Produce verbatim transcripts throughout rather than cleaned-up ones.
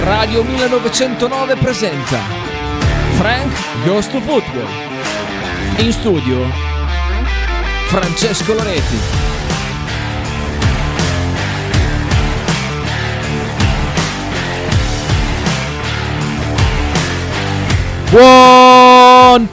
Radio millenovecentonove presenta Frank Goes to Football. In studio Francesco Loreti. Buon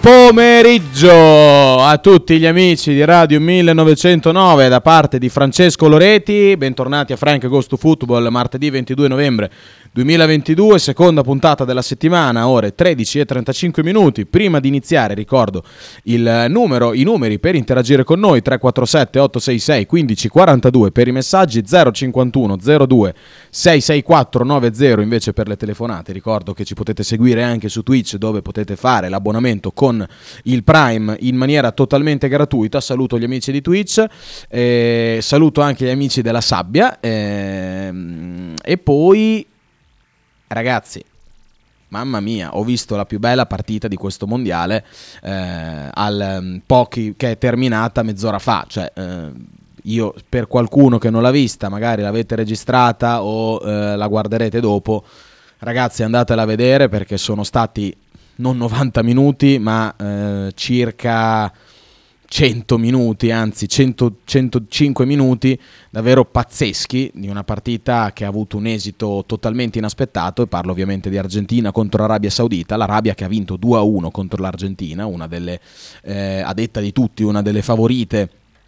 pomeriggio a tutti gli amici di Radio millenovecentonove da parte di Francesco Loreti. Bentornati a Frank Goes to Football, martedì ventidue novembre duemilaventidue, seconda puntata della settimana, ore tredici e trentacinque minuti. Prima di iniziare ricordo il numero, i numeri per interagire con noi: tre quattro sette otto sei sei uno cinque quattro due per i messaggi, zero cinquantuno zero due sei sei quattro nove zero invece per le telefonate. Ricordo che ci potete seguire anche su Twitch, dove potete fare l'abbonamento con il Prime in maniera totalmente gratuita. Saluto gli amici di Twitch, eh, saluto anche gli amici della Sabbia, eh, e poi ragazzi, mamma mia, ho visto la più bella partita di questo mondiale eh, al um, pochi che è terminata mezz'ora fa. Cioè, eh, io, per qualcuno che non l'ha vista, magari l'avete registrata o eh, la guarderete dopo, ragazzi, andatela a vedere, perché sono stati non novanta minuti, ma eh, circa cento minuti, anzi cento, centocinque minuti davvero pazzeschi di una partita che ha avuto un esito totalmente inaspettato. E parlo ovviamente di Argentina contro Arabia Saudita, l'Arabia che ha vinto due a uno contro l'Argentina, una delle, eh, a detta di tutti, una delle favorite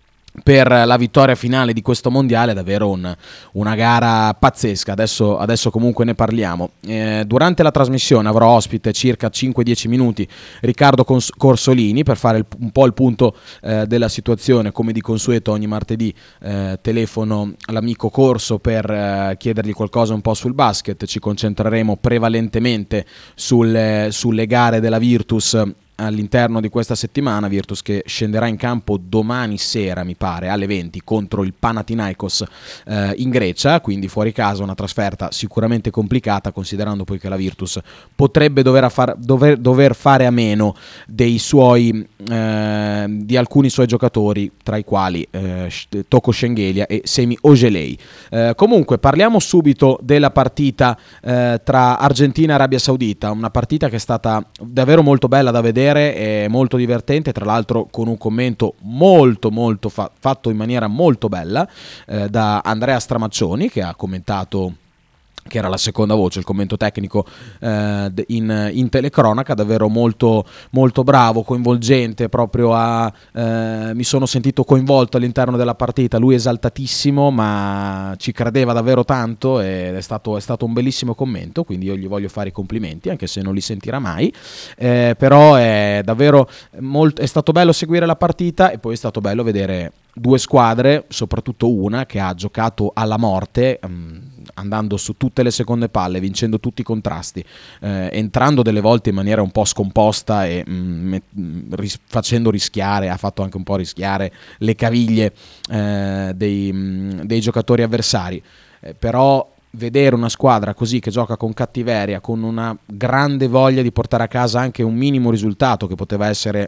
per la vittoria finale di questo mondiale. Davvero un, una gara pazzesca. Adesso, adesso comunque ne parliamo. Eh, durante la trasmissione avrò ospite circa cinque dieci minuti Riccardo Cons- Corsolini per fare il, un po' il punto eh, della situazione. Come di consueto ogni martedì eh, telefono all'amico Corso per eh, chiedergli qualcosa un po' sul basket. Ci concentreremo prevalentemente sul, sulle gare della Virtus all'interno di questa settimana. Virtus che scenderà in campo domani sera, mi pare, alle venti contro il Panathinaikos eh, in Grecia, quindi fuori casa, una trasferta sicuramente complicata, considerando poi che la Virtus potrebbe dover, far, dover, dover fare a meno dei suoi eh, di alcuni suoi giocatori, tra i quali eh, Toko Shengelia e Semi Ojelei. Eh, comunque parliamo subito della partita eh, tra Argentina e Arabia Saudita, una partita che è stata davvero molto bella da vedere, è molto divertente, tra l'altro con un commento molto molto fa- fatto in maniera molto bella eh, da Andrea Stramaccioni, che ha commentato, che era la seconda voce, il commento tecnico eh, in, in telecronaca, davvero molto, molto bravo, coinvolgente, proprio a, eh, mi sono sentito coinvolto all'interno della partita. Lui esaltatissimo, ma ci credeva davvero tanto, ed è stato, è stato un bellissimo commento, quindi io gli voglio fare i complimenti, anche se non li sentirà mai, eh, però è davvero molto, è stato bello seguire la partita, e poi è stato bello vedere due squadre, soprattutto una che ha giocato alla morte, um, andando su tutte le seconde palle, vincendo tutti i contrasti, eh, entrando delle volte in maniera un po' scomposta e mm, ris- facendo rischiare, ha fatto anche un po' rischiare le caviglie eh, dei, mm, dei giocatori avversari. Eh, però vedere una squadra così, che gioca con cattiveria, con una grande voglia di portare a casa anche un minimo risultato, che poteva essere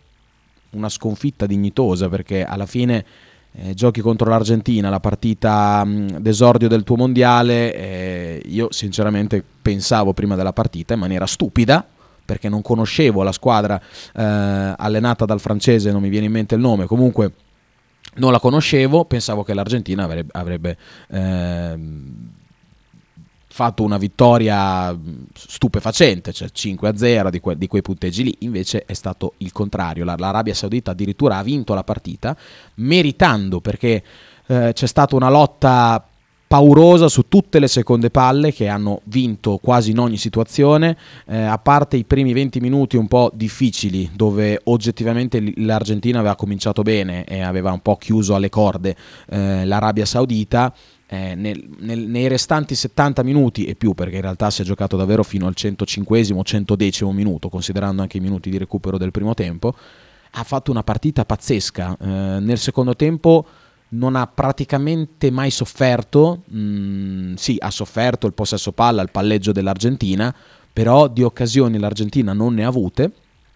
una sconfitta dignitosa, perché alla fine eh, giochi contro l'Argentina, la partita mh, d'esordio del tuo mondiale. Eh, io sinceramente pensavo prima della partita, in maniera stupida, perché non conoscevo la squadra eh, allenata dal francese, non mi viene in mente il nome, comunque non la conoscevo, pensavo che l'Argentina avrebbe, avrebbe eh, fatto una vittoria stupefacente, cioè cinque a zero di, que- di quei punteggi lì. Invece è stato il contrario. La- l'Arabia Saudita addirittura ha vinto la partita, meritando, perché eh, c'è stata una lotta paurosa su tutte le seconde palle, che hanno vinto quasi in ogni situazione, eh, a parte i primi venti minuti un po' difficili, dove oggettivamente l'Argentina aveva cominciato bene e aveva un po' chiuso alle corde eh, l'Arabia Saudita. Eh, nel, nel, nei restanti settanta minuti e più, perché in realtà si è giocato davvero fino al centocinquesimo centodecimo minuto, considerando anche i minuti di recupero del primo tempo, ha fatto una partita pazzesca. Eh, nel secondo tempo non ha praticamente mai sofferto, mm, sì, ha sofferto il possesso palla, il palleggio dell'Argentina, però di occasioni l'Argentina non ne ha avute,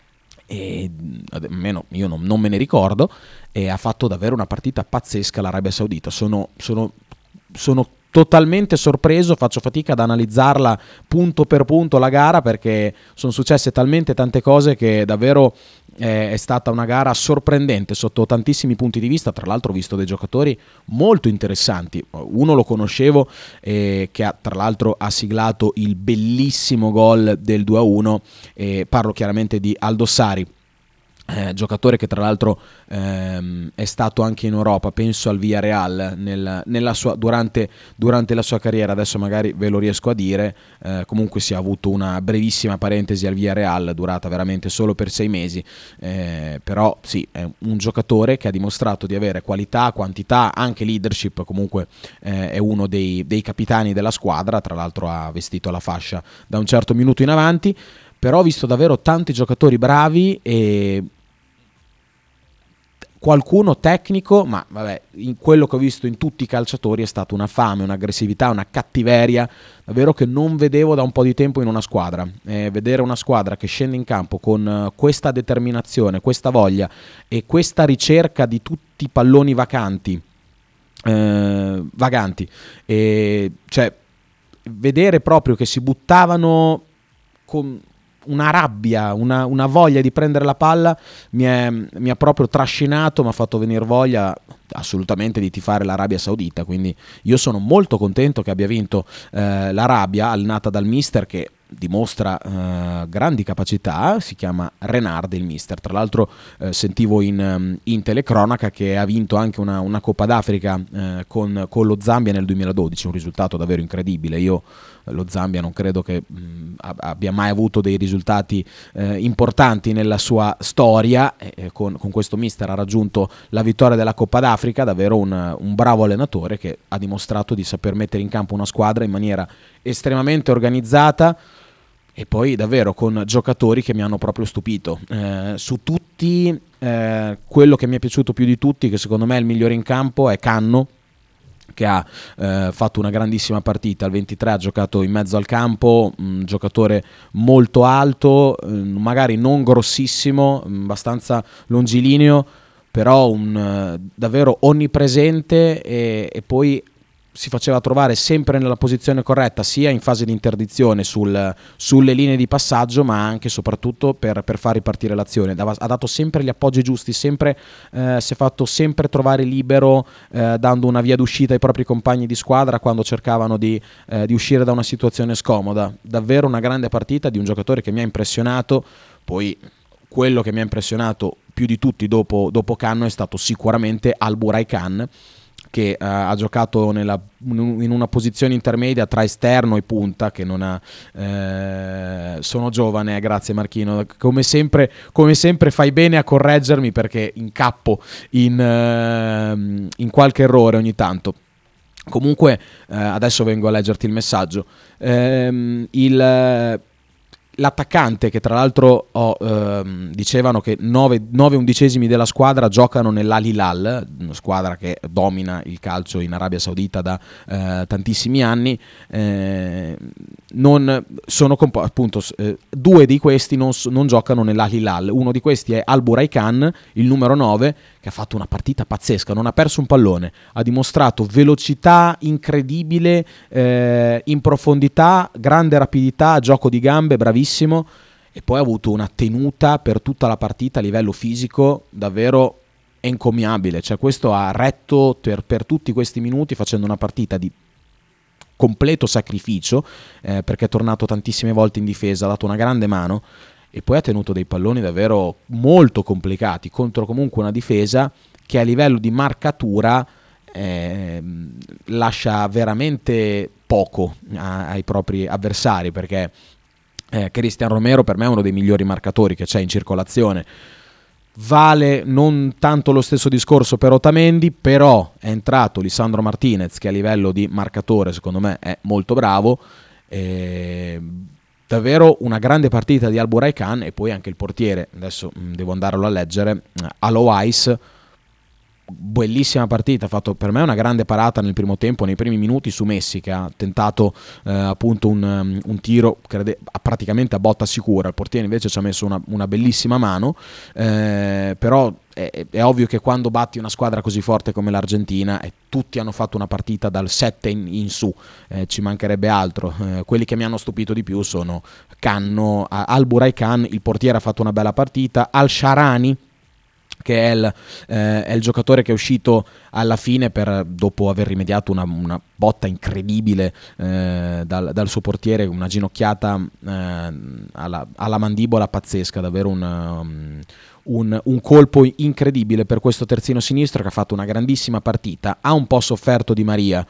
e almeno io non, non me ne ricordo, e ha fatto davvero una partita pazzesca l'Arabia Saudita. Sono, sono sono totalmente sorpreso, faccio fatica ad analizzarla punto per punto la gara, perché sono successe talmente tante cose che davvero eh, è stata una gara sorprendente sotto tantissimi punti di vista. Tra l'altro ho visto dei giocatori molto interessanti, uno lo conoscevo eh, che ha, tra l'altro ha siglato il bellissimo gol del due a uno, eh, parlo chiaramente di Aldo Sari. Eh, giocatore che tra l'altro ehm, è stato anche in Europa, penso al Villarreal nel, nella sua, durante, durante la sua carriera, adesso magari ve lo riesco a dire, eh, comunque si è avuto una brevissima parentesi al Villarreal durata veramente solo per sei mesi, eh, però sì, è un giocatore che ha dimostrato di avere qualità, quantità, anche leadership, comunque eh, è uno dei, dei capitani della squadra, tra l'altro ha vestito la fascia da un certo minuto in avanti. Però ho visto davvero tanti giocatori bravi e qualcuno tecnico, ma vabbè, in quello che ho visto in tutti i calciatori è stata una fame, un'aggressività, una cattiveria davvero che non vedevo da un po' di tempo in una squadra. Eh, vedere una squadra che scende in campo con questa determinazione, questa voglia e questa ricerca di tutti i palloni vacanti, eh, vaganti, e cioè vedere proprio che si buttavano con una rabbia, una, una voglia di prendere la palla, mi, è, mi ha proprio trascinato, mi ha fatto venire voglia assolutamente di tifare l'Arabia Saudita. Quindi io sono molto contento che abbia vinto eh, l'Arabia, allenata dal mister che dimostra eh, grandi capacità. Si chiama Renard il mister, tra l'altro eh, sentivo in, in telecronaca che ha vinto anche una, una Coppa d'Africa eh, con, con lo Zambia nel duemiladodici, un risultato davvero incredibile. Io lo Zambia non credo che mh, abbia mai avuto dei risultati eh, importanti nella sua storia, e con, con questo mister ha raggiunto la vittoria della Coppa d'Africa. Davvero un, un bravo allenatore che ha dimostrato di saper mettere in campo una squadra in maniera estremamente organizzata e poi davvero con giocatori che mi hanno proprio stupito. Eh, su tutti, eh, quello che mi è piaciuto più di tutti, che secondo me è il migliore in campo, è Canno, che ha eh, fatto una grandissima partita. Al ventitré ha giocato in mezzo al campo, un giocatore molto alto, eh, magari non grossissimo, abbastanza longilineo, però un, eh, davvero onnipresente, e, e poi si faceva trovare sempre nella posizione corretta, sia in fase di interdizione sul, sulle linee di passaggio, ma anche e soprattutto per, per far ripartire l'azione. Dava, ha dato sempre gli appoggi giusti, sempre, eh, si è fatto sempre trovare libero, eh, dando una via d'uscita ai propri compagni di squadra quando cercavano di, eh, di uscire da una situazione scomoda. Davvero una grande partita di un giocatore che mi ha impressionato. Poi quello che mi ha impressionato più di tutti dopo, dopo Canno è stato sicuramente Al Burai Khan, che uh, ha giocato nella, in una posizione intermedia tra esterno e punta, che non ha eh, sono giovane, eh, grazie Marchino, come sempre, come sempre fai bene a correggermi, perché incappo in, uh, in qualche errore ogni tanto. Comunque uh, adesso vengo a leggerti il messaggio. Um, il L'attaccante, che tra l'altro oh, ehm, dicevano che nove undicesimi della squadra giocano nell'Al Hilal, una squadra che domina il calcio in Arabia Saudita da eh, tantissimi anni, eh, non sono compo- appunto eh, due di questi non, non giocano nell'Al Hilal. Uno di questi è Al Burai Khan, il numero nove, che ha fatto una partita pazzesca, non ha perso un pallone, ha dimostrato velocità incredibile, eh, in profondità, grande rapidità, gioco di gambe, bravissimo, e poi ha avuto una tenuta per tutta la partita a livello fisico davvero encomiabile. Cioè questo ha retto per, per tutti questi minuti, facendo una partita di completo sacrificio, eh, perché è tornato tantissime volte in difesa, ha dato una grande mano e poi ha tenuto dei palloni davvero molto complicati contro comunque una difesa che a livello di marcatura eh, lascia veramente poco a, ai propri avversari, perché eh, Cristian Romero per me è uno dei migliori marcatori che c'è in circolazione. Vale non tanto lo stesso discorso per Otamendi, però è entrato Lisandro Martinez, che a livello di marcatore secondo me è molto bravo. E davvero una grande partita di Al Burai Khan. E poi anche il portiere, adesso mh, devo andarlo a leggere, Alois, bellissima partita, ha fatto per me una grande parata nel primo tempo, nei primi minuti su Messi, che ha tentato eh, appunto un, um, un tiro crede, praticamente a botta sicura, il portiere invece ci ha messo una, una bellissima mano, eh, però è, è ovvio che quando batti una squadra così forte come l'Argentina, e tutti hanno fatto una partita dal sette in, in su, eh, ci mancherebbe altro, eh, quelli che mi hanno stupito di più sono Canno, Al Buray Khan, il portiere ha fatto una bella partita, Al Sharani, che è il, eh, è il giocatore che è uscito alla fine per, dopo aver rimediato una, una botta incredibile eh, dal, dal suo portiere, una ginocchiata eh, alla, alla mandibola pazzesca, davvero un, um, un, un colpo incredibile per questo terzino sinistro che ha fatto una grandissima partita. Ha un po' sofferto Di Maria,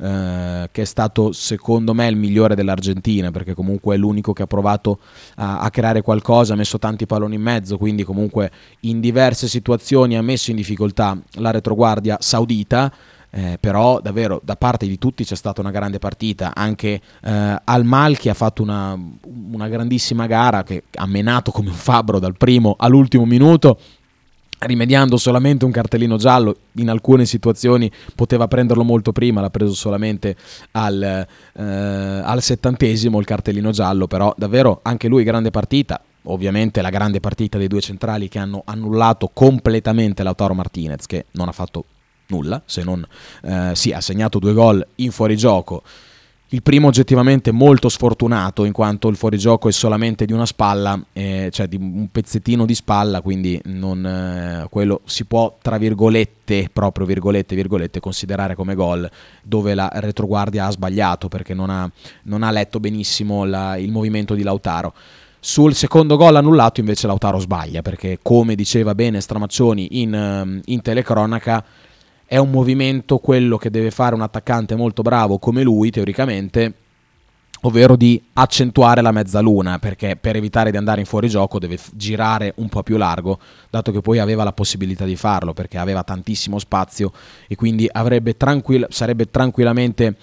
eh, che è stato secondo me il migliore dell'Argentina, perché comunque è l'unico che ha provato a, a creare qualcosa, ha messo tanti palloni in mezzo, quindi comunque in diverse situazioni ha messo in difficoltà la retroguardia saudita. Eh, però davvero da parte di tutti c'è stata una grande partita, anche eh, Al Malki ha fatto una, una grandissima gara, che ha menato come un fabbro dal primo all'ultimo minuto, rimediando solamente un cartellino giallo. In alcune situazioni poteva prenderlo molto prima, l'ha preso solamente al, eh, al settantesimo il cartellino giallo, però davvero anche lui grande partita. Ovviamente la grande partita dei due centrali che hanno annullato completamente Lautaro Martinez, che non ha fatto nulla, se non eh, sì, ha segnato due gol in fuorigioco. Il primo oggettivamente molto sfortunato, in quanto il fuorigioco è solamente di una spalla, eh, cioè di un pezzettino di spalla, quindi non, eh, quello si può, tra virgolette, proprio virgolette, virgolette, considerare come gol, dove la retroguardia ha sbagliato perché non ha, non ha letto benissimo la, il movimento di Lautaro. Sul secondo gol annullato invece Lautaro sbaglia, perché come diceva bene Stramaccioni in, in telecronaca, è un movimento quello che deve fare un attaccante molto bravo come lui, teoricamente, ovvero di accentuare la mezzaluna, perché per evitare di andare in fuorigioco deve girare un po' più largo, dato che poi aveva la possibilità di farlo, perché aveva tantissimo spazio e quindi avrebbe tranquill- sarebbe tranquillamente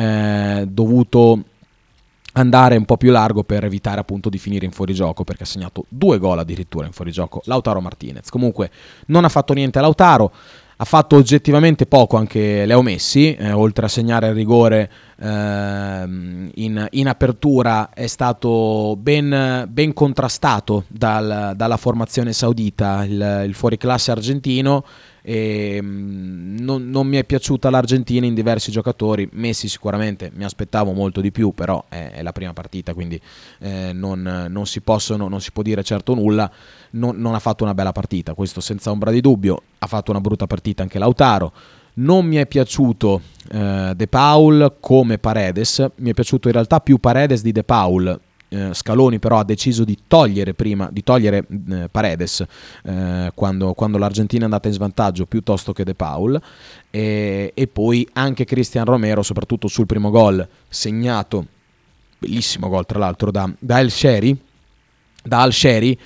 eh, dovuto andare un po' più largo per evitare appunto di finire in fuorigioco, perché ha segnato due gol addirittura in fuorigioco Lautaro Martinez. Comunque non ha fatto niente Lautaro. Ha fatto oggettivamente poco anche Leo Messi, eh, oltre a segnare il rigore eh, in, in apertura è stato ben, ben contrastato dal, dalla formazione saudita, il, il fuoriclasse argentino, e mh, non, non mi è piaciuta l'Argentina in diversi giocatori. Messi sicuramente mi aspettavo molto di più, però è, è la prima partita, quindi eh, non, non, si possono, non si può dire certo nulla. Non, non ha fatto una bella partita, questo senza ombra di dubbio. Ha fatto una brutta partita anche Lautaro. Non mi è piaciuto eh, De Paul come Paredes, mi è piaciuto in realtà più Paredes di De Paul. eh, Scaloni però ha deciso di togliere prima di togliere eh, Paredes eh, quando, quando l'Argentina è andata in svantaggio, piuttosto che De Paul. E, e poi anche Cristian Romero, soprattutto sul primo gol segnato, bellissimo gol tra l'altro da, da El Sheri da Al Sheri,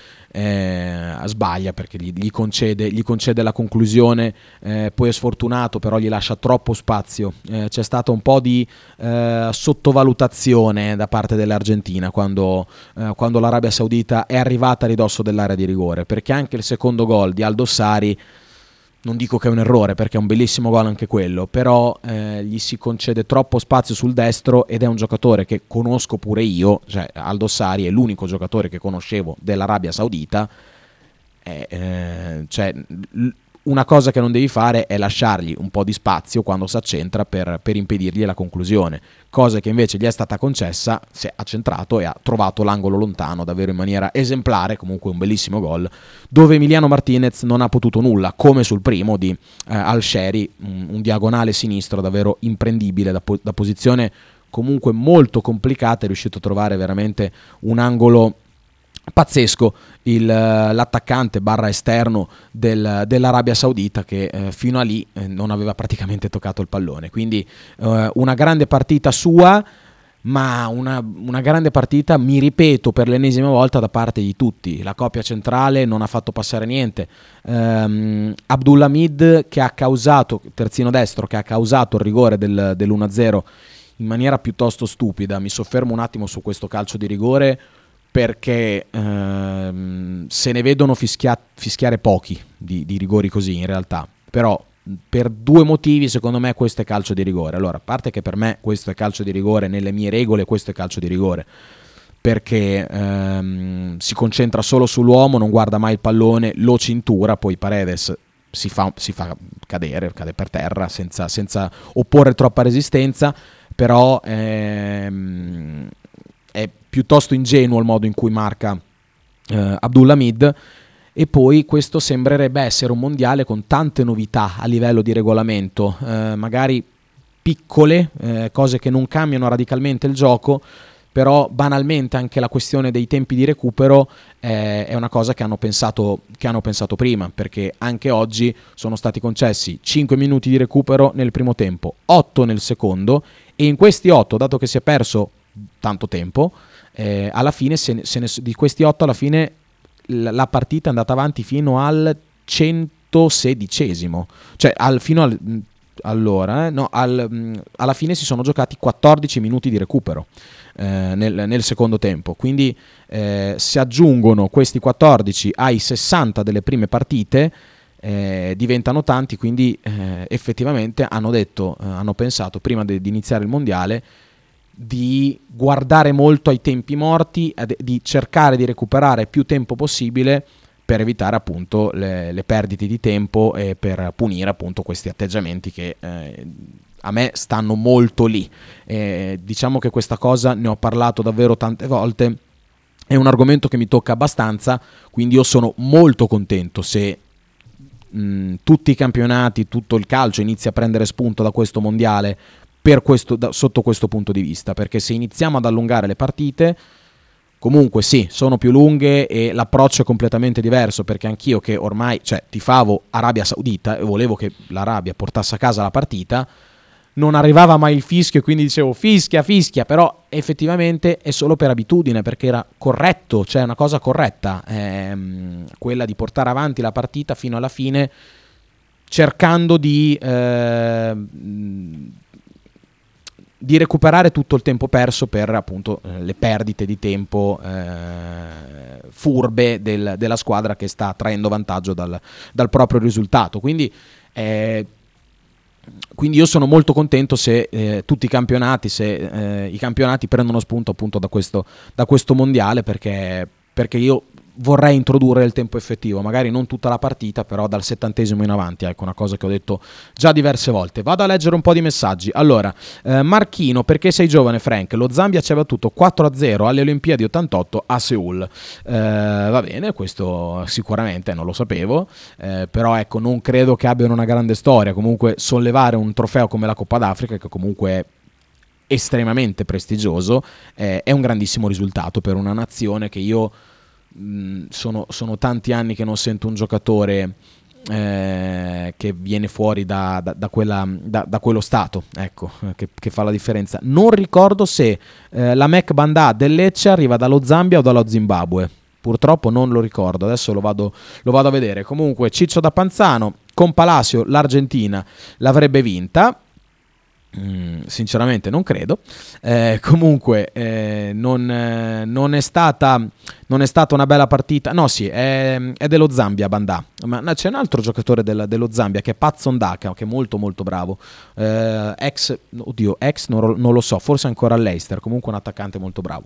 eh, sbaglia perché gli, gli, concede, gli concede la conclusione, eh, poi è sfortunato, però gli lascia troppo spazio. Eh, c'è stata un po' di eh, sottovalutazione da parte dell'Argentina quando, eh, quando l'Arabia Saudita è arrivata a ridosso dell'area di rigore, perché anche il secondo gol di Aldo Sari, non dico che è un errore perché è un bellissimo gol anche quello, però eh, gli si concede troppo spazio sul destro, ed è un giocatore che conosco pure io, cioè Aldo Sari è l'unico giocatore che conoscevo dell'Arabia Saudita. eh, eh, cioè, una cosa che non devi fare è lasciargli un po' di spazio quando si accentra per, per impedirgli la conclusione, cosa che invece gli è stata concessa. Si è accentrato e ha trovato l'angolo lontano davvero in maniera esemplare, comunque un bellissimo gol, dove Emiliano Martinez non ha potuto nulla, come sul primo di eh, Al Sheri, un, un diagonale sinistro davvero imprendibile da, po- da posizione comunque molto complicata, è riuscito a trovare veramente un angolo pazzesco il, l'attaccante barra esterno del, dell'Arabia Saudita, che eh, fino a lì eh, non aveva praticamente toccato il pallone. Quindi eh, una grande partita sua, ma una, una grande partita, mi ripeto per l'ennesima volta, da parte di tutti. La coppia centrale non ha fatto passare niente. ehm, Abdulhamid, che ha causato, terzino destro, che ha causato il rigore del, dell'uno a zero in maniera piuttosto stupida. Mi soffermo un attimo su questo calcio di rigore, perché ehm, se ne vedono fischia- fischiare pochi di, di rigori così in realtà, però per due motivi secondo me questo è calcio di rigore. Allora, a parte che per me questo è calcio di rigore, nelle mie regole questo è calcio di rigore, perché ehm, si concentra solo sull'uomo, non guarda mai il pallone, lo cintura, poi Paredes si fa, si fa cadere, cade per terra senza, senza opporre troppa resistenza, però ehm, è piuttosto ingenuo il modo in cui marca eh, Abdulhamid. E poi questo sembrerebbe essere un mondiale con tante novità a livello di regolamento, eh, magari piccole, eh, cose che non cambiano radicalmente il gioco, però banalmente anche la questione dei tempi di recupero eh, è una cosa che hanno pensato, che hanno pensato prima, perché anche oggi sono stati concessi cinque minuti di recupero nel primo tempo, otto nel secondo, e in questi otto, dato che si è perso tanto tempo, eh, alla fine se ne, se ne, di questi otto alla fine la partita è andata avanti fino al centosedicesimo, cioè al, fino al, allora, eh, no, al, alla fine si sono giocati quattordici minuti di recupero eh, nel, nel secondo tempo, quindi eh, si aggiungono questi quattordici ai sessanta delle prime partite, eh, diventano tanti, quindi eh, effettivamente hanno detto, eh, hanno pensato prima di iniziare il mondiale di guardare molto ai tempi morti, di cercare di recuperare più tempo possibile per evitare appunto le, le perdite di tempo e per punire appunto questi atteggiamenti che eh, a me stanno molto lì. Eh, diciamo che questa cosa ne ho parlato davvero tante volte, è un argomento che mi tocca abbastanza, quindi io sono molto contento se mh, tutti i campionati, tutto il calcio inizia a prendere spunto da questo mondiale per questo, da, sotto questo punto di vista, perché se iniziamo ad allungare le partite, comunque sì, sono più lunghe e l'approccio è completamente diverso, perché anch'io che ormai, cioè, tifavo Arabia Saudita e volevo che l'Arabia portasse a casa la partita, non arrivava mai il fischio e quindi dicevo fischia, fischia, però effettivamente è solo per abitudine, perché era corretto, cioè una cosa corretta, ehm, quella di portare avanti la partita fino alla fine, cercando di... Eh, di recuperare tutto il tempo perso per appunto eh, le perdite di tempo eh, furbe del, della squadra che sta traendo vantaggio dal, dal proprio risultato. Quindi, eh, quindi io sono molto contento se eh, tutti i campionati, se eh, i campionati prendono spunto appunto da questo, da questo mondiale, perché, perché io vorrei introdurre il tempo effettivo, magari non tutta la partita, però dal settantesimo in avanti, ecco, una cosa che ho detto già diverse volte. Vado a leggere un po' di messaggi. Allora, eh, Marchino, perché sei giovane Frank? Lo Zambia ci ha battuto quattro a zero alle Olimpiadi ottantotto a Seul. Eh, va bene, questo sicuramente non lo sapevo, eh, però ecco, non credo che abbiano una grande storia. Comunque sollevare un trofeo come la Coppa d'Africa, che comunque è estremamente prestigioso, eh, è un grandissimo risultato per una nazione che io... Sono, sono tanti anni che non sento un giocatore eh, che viene fuori da, da, da, quella, da, da quello stato, ecco, che, che fa la differenza. Non ricordo se eh, la Mec Bandà del Lecce arriva dallo Zambia o dallo Zimbabwe, purtroppo non lo ricordo, adesso lo vado, lo vado a vedere. Comunque Ciccio da Panzano, con Palacio l'Argentina l'avrebbe vinta. Mm, sinceramente non credo, eh, comunque eh, non, eh, non è stata non è stata una bella partita. No, sì, è, è dello Zambia Bandà, ma no, c'è un altro giocatore del, dello Zambia che è Patson Daka, che è molto molto bravo, eh, ex, oddio, ex non, non lo so, forse ancora all'Eister, comunque un attaccante molto bravo.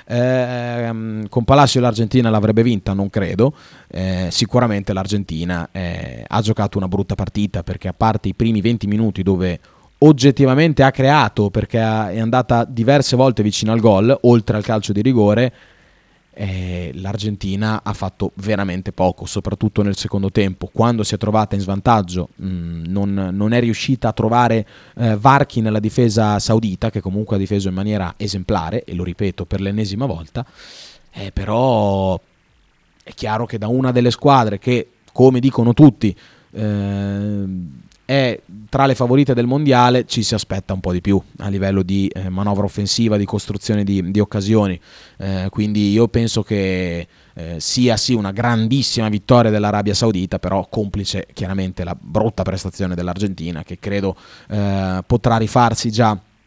Eh, con Palacio l'Argentina l'avrebbe vinta? Non credo. Eh, sicuramente l'Argentina eh, ha giocato una brutta partita, perché a parte i primi venti minuti dove oggettivamente ha creato, perché è andata diverse volte vicino al gol, oltre al calcio di rigore, eh, l'Argentina ha fatto veramente poco, soprattutto nel secondo tempo. Quando si è trovata in svantaggio mh, non, non è riuscita a trovare eh, varchi nella difesa saudita, che comunque ha difeso in maniera esemplare, e lo ripeto per l'ennesima volta, eh, però è chiaro che da una delle squadre che, come dicono tutti, eh, è tra le favorite del mondiale, ci si aspetta un po' di più a livello di eh, manovra offensiva, di costruzione di, di occasioni, eh, quindi io penso che eh, sia sì una grandissima vittoria dell'Arabia Saudita, però complice chiaramente la brutta prestazione dell'Argentina, che credo eh, potrà rifarsi già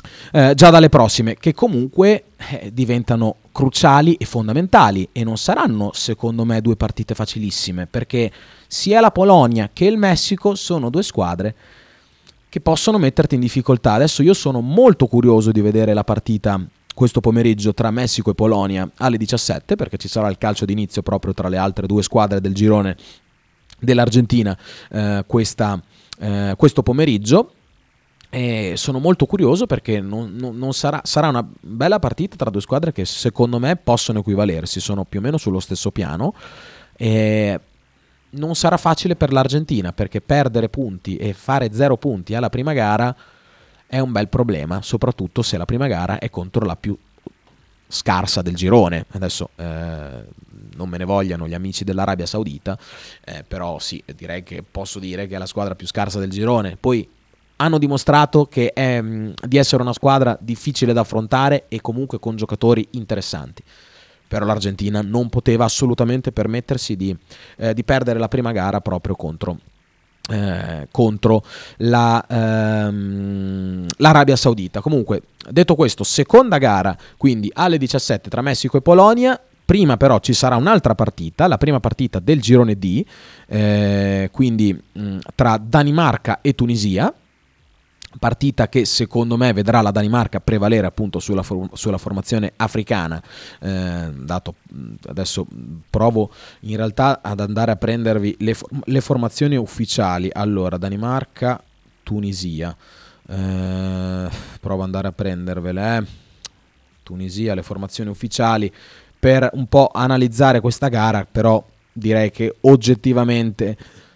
eh, già dalle prossime, che comunque eh, diventano cruciali e fondamentali, e non saranno secondo me due partite facilissime, perché sia la Polonia che il Messico sono due squadre che possono metterti in difficoltà. Adesso io sono molto curioso di vedere la partita questo pomeriggio tra Messico e Polonia alle diciassette, perché ci sarà il calcio d'inizio proprio tra le altre due squadre del girone dell'Argentina eh, questa, eh, questo pomeriggio. E sono molto curioso perché non, non, non sarà, sarà una bella partita tra due squadre che secondo me possono equivalersi, sono più o meno sullo stesso piano, e non sarà facile per l'Argentina, perché perdere punti e fare zero punti alla prima gara è un bel problema, soprattutto se la prima gara è contro la più scarsa del girone. Adesso eh, non me ne vogliano gli amici dell'Arabia Saudita, eh, però sì, direi che posso dire che è la squadra più scarsa del girone. Poi hanno dimostrato che è, mh, di essere una squadra difficile da affrontare e comunque con giocatori interessanti. Però l'Argentina non poteva assolutamente permettersi di, eh, di perdere la prima gara proprio contro, eh, contro la, ehm, l'Arabia Saudita. Comunque, detto questo, seconda gara quindi alle diciassette tra Messico e Polonia. Prima però ci sarà un'altra partita, la prima partita del girone D, eh, quindi mh, tra Danimarca e Tunisia. Partita che secondo me vedrà la Danimarca prevalere appunto sulla, for- sulla formazione africana, eh, dato adesso provo in realtà ad andare a prendervi le, for- le formazioni ufficiali. Allora, Danimarca, Tunisia, eh, provo ad andare a prendervele, eh. Tunisia, le formazioni ufficiali, per un po' analizzare questa gara. Però direi che oggettivamente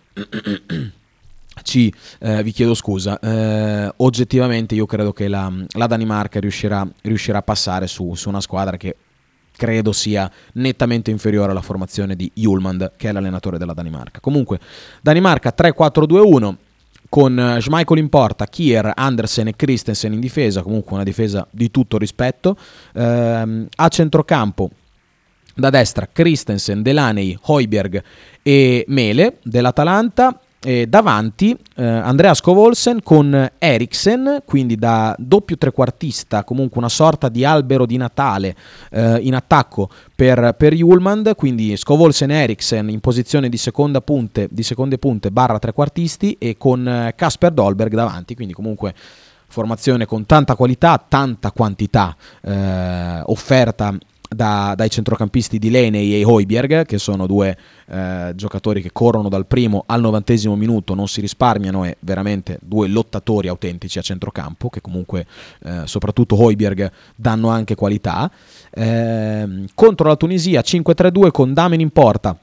Ci, eh, vi chiedo scusa, eh, oggettivamente io credo che la, la Danimarca riuscirà, riuscirà a passare su, su una squadra che credo sia nettamente inferiore alla formazione di Hjulmand, che è l'allenatore della Danimarca. Comunque Danimarca tre quattro due uno con Schmeichel in porta, Kier, Andersen e Christensen in difesa, comunque una difesa di tutto rispetto. Eh, a centrocampo da destra Christensen, Delaney, Højbjerg e Mele dell'Atalanta. E davanti eh, Andrea Scovolsen con Eriksen, quindi da doppio trequartista, comunque una sorta di albero di Natale eh, in attacco per, per Hjulmand, quindi Scovolsen e Eriksen in posizione di seconda punte, di seconde punte barra trequartisti, e con Kasper Dolberg davanti, quindi comunque formazione con tanta qualità, tanta quantità eh, offerta Da, dai centrocampisti di Delaney e Højbjerg, che sono due eh, giocatori che corrono dal primo al novantesimo minuto, non si risparmiano, e veramente due lottatori autentici a centrocampo, che comunque eh, soprattutto Højbjerg danno anche qualità. Eh, contro la Tunisia cinque tre due con Damen in porta,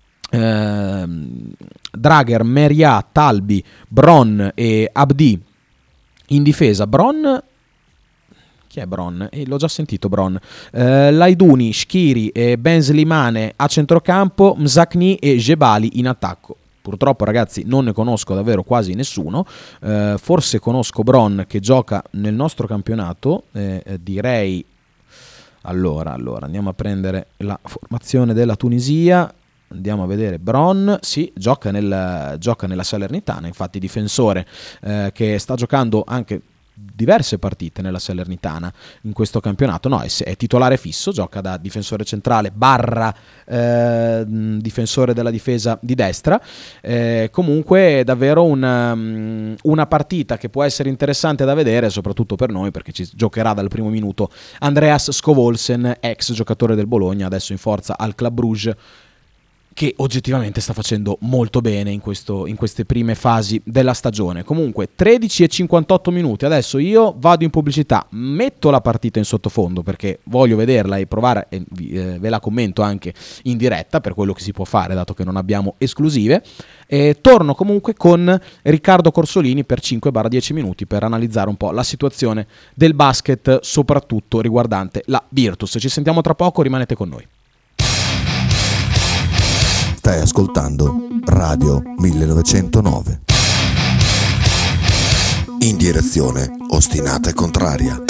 eh, Drager, Meria, Talbi, Bron e Abdi in difesa. Bron Chi è Bron? Eh, l'ho già sentito Bron. Eh, Laiduni, Shkiri e Ben Slimane a centrocampo, Mzakni e Jebali in attacco. Purtroppo, ragazzi, non ne conosco davvero quasi nessuno. Eh, forse conosco Bron, che gioca nel nostro campionato. Eh, eh, direi... Allora, allora, andiamo a prendere la formazione della Tunisia. Andiamo a vedere Bron. Sì, gioca, nel, gioca nella Salernitana, infatti difensore eh, che sta giocando anche diverse partite nella Salernitana in questo campionato. No, è, è titolare fisso, gioca da difensore centrale barra eh, difensore della difesa di destra. Eh, comunque è davvero una, una partita che può essere interessante da vedere, soprattutto per noi, perché ci giocherà dal primo minuto Andreas Scovolsen, ex giocatore del Bologna, adesso in forza al Club Brugge, che oggettivamente sta facendo molto bene in, questo, in queste prime fasi della stagione. Comunque tredici e cinquantotto minuti, adesso io vado in pubblicità, metto la partita in sottofondo perché voglio vederla e provare, e eh, ve la commento anche in diretta per quello che si può fare, dato che non abbiamo esclusive, e torno comunque con Riccardo Corsolini per cinque dieci minuti per analizzare un po' la situazione del basket, soprattutto riguardante la Virtus. Ci sentiamo tra poco, rimanete con noi. Stai ascoltando Radio millenovecentonove. In direzione ostinata e contraria.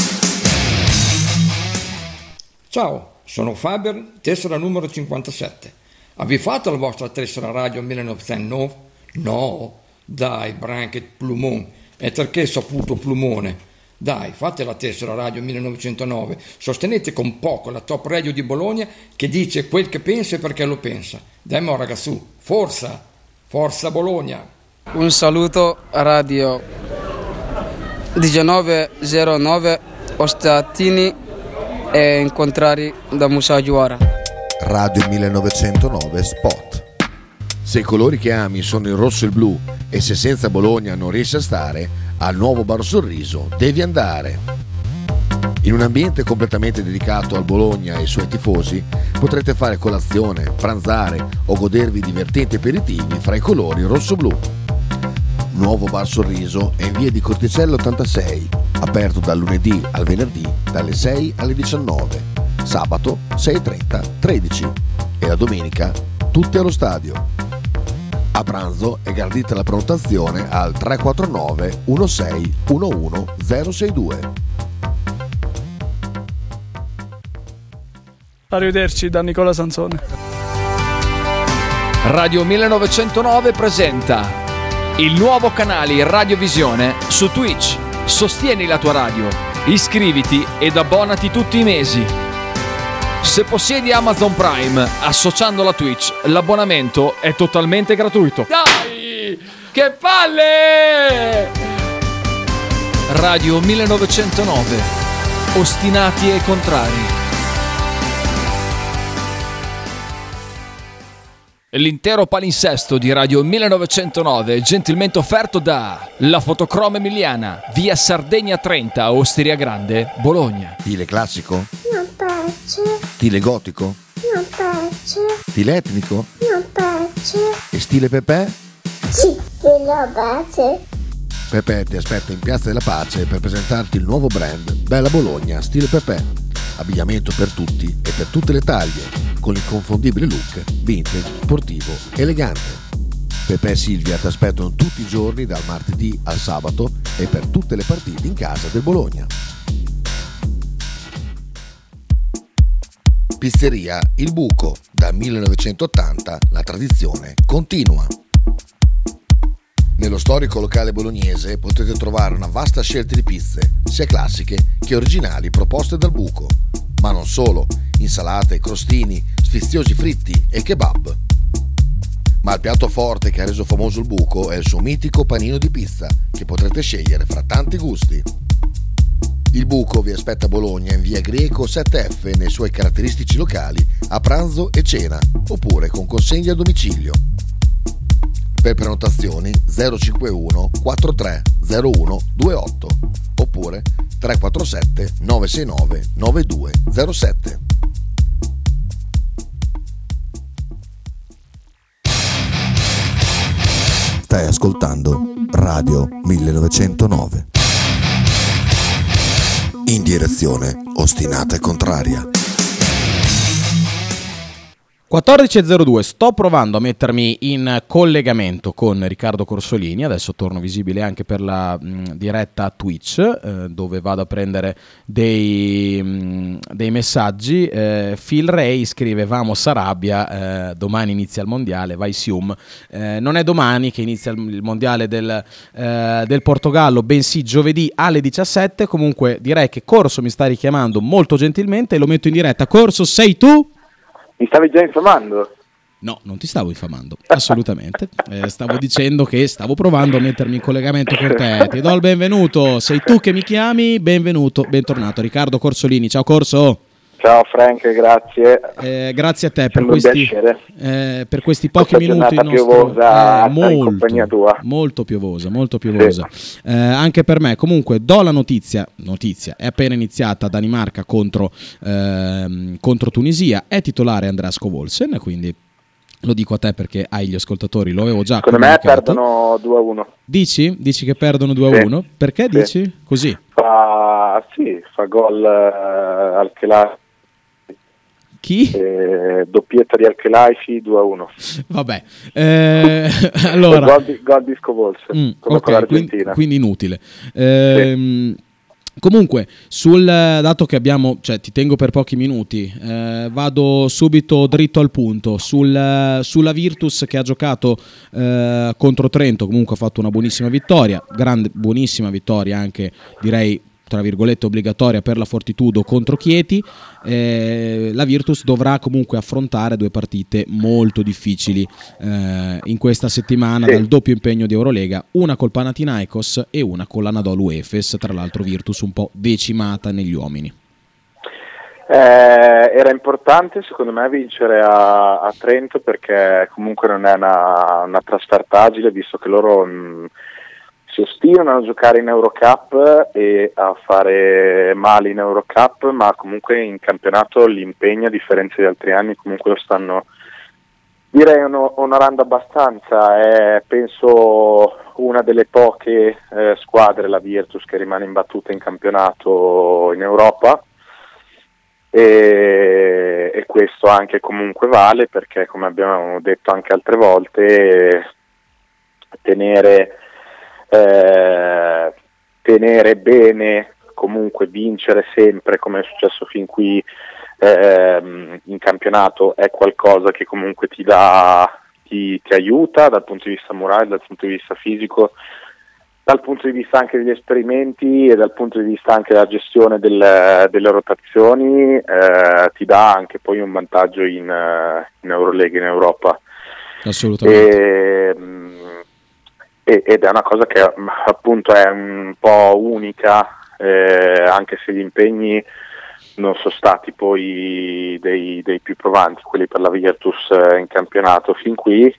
Ciao, sono Faber, tessera numero cinquantasette. Avete fatto la vostra tessera Radio millenovecentonove? No, dai, Branket Plumon. E perché saputo Plumone? Dai, fate la tessera Radio millenovecentonove, sostenete con poco la top radio di Bologna che dice quel che pensa e perché lo pensa. Dai mo ragazzu, forza, forza Bologna. Un saluto a Radio diciannove zero nove Ostatini e incontrari da Musa Giuara. Radio millenovecentonove Spot. Se i colori che ami sono il rosso e il blu e se senza Bologna non riesci a stare, al nuovo Bar Sorriso devi andare. In un ambiente completamente dedicato al Bologna e ai suoi tifosi potrete fare colazione, pranzare o godervi divertenti aperitivi fra i colori rosso-blu. Nuovo Bar Sorriso è in via di Corticello ottantasei, aperto dal lunedì al venerdì dalle sei alle diciannove, sabato sei e trenta tredici e la domenica tutti allo stadio. A pranzo è gradita la prenotazione al tre quattro nove uno sei uno uno zero sei due. Arrivederci da Nicola Sansone. Radio millenovecentonove presenta il nuovo canale Radiovisione su Twitch. Sostieni la tua radio, iscriviti ed abbonati tutti i mesi. Se possiedi Amazon Prime, associando la Twitch, l'abbonamento è totalmente gratuito. Dai! Che palle! Radio millenovecentonove. Ostinati e contrari. L'intero palinsesto di Radio millenovecentonove è gentilmente offerto da La Fotocroma Emiliana, via Sardegna trenta, Osteria Grande, Bologna. Stile classico? Non piace. Stile gotico? Non piace. Stile etnico? Non piace. E stile Pepe? Sì, lo piace. Pepe ti aspetta in Piazza della Pace per presentarti il nuovo brand Bella Bologna Stile Pepe. Abbigliamento per tutti e per tutte le taglie, con l'inconfondibile look vintage, sportivo, elegante. Pepe e Silvia ti aspettano tutti i giorni dal martedì al sabato e per tutte le partite in casa del Bologna. Pizzeria Il Buco, dal millenovecentottanta la tradizione continua. Nello storico locale bolognese potete trovare una vasta scelta di pizze, sia classiche che originali proposte dal Buco. Ma non solo, insalate, crostini, sfiziosi fritti e kebab. Ma il piatto forte che ha reso famoso il Buco è il suo mitico panino di pizza, che potrete scegliere fra tanti gusti. Il Buco vi aspetta a Bologna in via Greco sette F nei suoi caratteristici locali a pranzo e cena, oppure con consegna a domicilio. Per prenotazioni zero cinquantuno quarantatré zero uno ventotto oppure tre quattro sette nove sei nove nove due zero sette. Stai ascoltando Radio millenovecentonove. In direzione ostinata e contraria. quattordici e zero due, sto provando a mettermi in collegamento con Riccardo Corsolini, adesso torno visibile anche per la mh, diretta Twitch, eh, dove vado a prendere dei, mh, dei messaggi. eh, Phil Ray scrive Vamos Arabia, eh, domani inizia il mondiale, vai Sium. Eh, non è domani che inizia il, il mondiale del, eh, del Portogallo, bensì giovedì alle diciassette. Comunque direi che Corso mi sta richiamando molto gentilmente e lo metto in diretta. Corso, sei tu? Mi stavi già infamando? No, non ti stavo infamando, assolutamente. Eh, stavo dicendo che stavo provando a mettermi in collegamento con te. Ti do il benvenuto, sei tu che mi chiami, benvenuto, bentornato. Riccardo Corsolini, ciao Corso. Ciao Frank, grazie. Eh, grazie a te per Sembra questi, piacere. eh, per questi pochi Questa minuti. giornata piovosa eh, molto, in compagnia tua. molto piovosa, molto piovosa. Sì. Eh, anche per me. Comunque do la notizia, notizia, è appena iniziata Danimarca contro, ehm, contro Tunisia, è titolare Andreas Kovolsen, quindi lo dico a te perché hai gli ascoltatori, lo avevo già secondo me perdono due a uno. Dici? Dici che perdono due a uno? Sì. Perché sì. Dici? Così? Fa, sì, fa gol uh, al Khelaifi. Chi? Eh, doppietta di Al-Khelaifi due a uno. Vabbè, eh, allora gol di, gol di Scovolse mm, come okay, con l'Argentina, quindi, quindi inutile. Eh, sì. Comunque, sul dato che abbiamo, cioè ti tengo per pochi minuti, eh, vado subito dritto al punto. Sul, sulla Virtus che ha giocato eh, contro Trento, comunque ha fatto una buonissima vittoria, grande, buonissima vittoria anche, direi tra virgolette obbligatoria per la Fortitudo contro Chieti. Eh, la Virtus dovrà comunque affrontare due partite molto difficili eh, in questa settimana, sì, dal doppio impegno di Eurolega, una col Panathinaikos e una con l'Anadolu Efes, tra l'altro Virtus un po' decimata negli uomini. Eh, era importante secondo me vincere a, a Trento, perché comunque non è una, una trasferta agile, visto che loro mh, si ostinano a giocare in Eurocup e a fare male in Eurocup, ma comunque in campionato l'impegno, a differenza di altri anni, comunque lo stanno, direi, onorando abbastanza. È penso una delle poche eh, squadre, la Virtus, che rimane imbattuta in campionato in Europa. E, e questo anche comunque vale, perché, come abbiamo detto anche altre volte, tenere eh, tenere bene, comunque vincere sempre, come è successo fin qui eh, in campionato, è qualcosa che comunque ti dà ti, ti aiuta dal punto di vista morale, dal punto di vista fisico, dal punto di vista anche degli esperimenti e dal punto di vista anche della gestione del, delle rotazioni, eh, ti dà anche poi un vantaggio in, in Eurolega, in Europa. Assolutamente. E, ed è una cosa che appunto è un po' unica, eh, anche se gli impegni non sono stati poi dei, dei più provanti, quelli per la Virtus in campionato fin qui,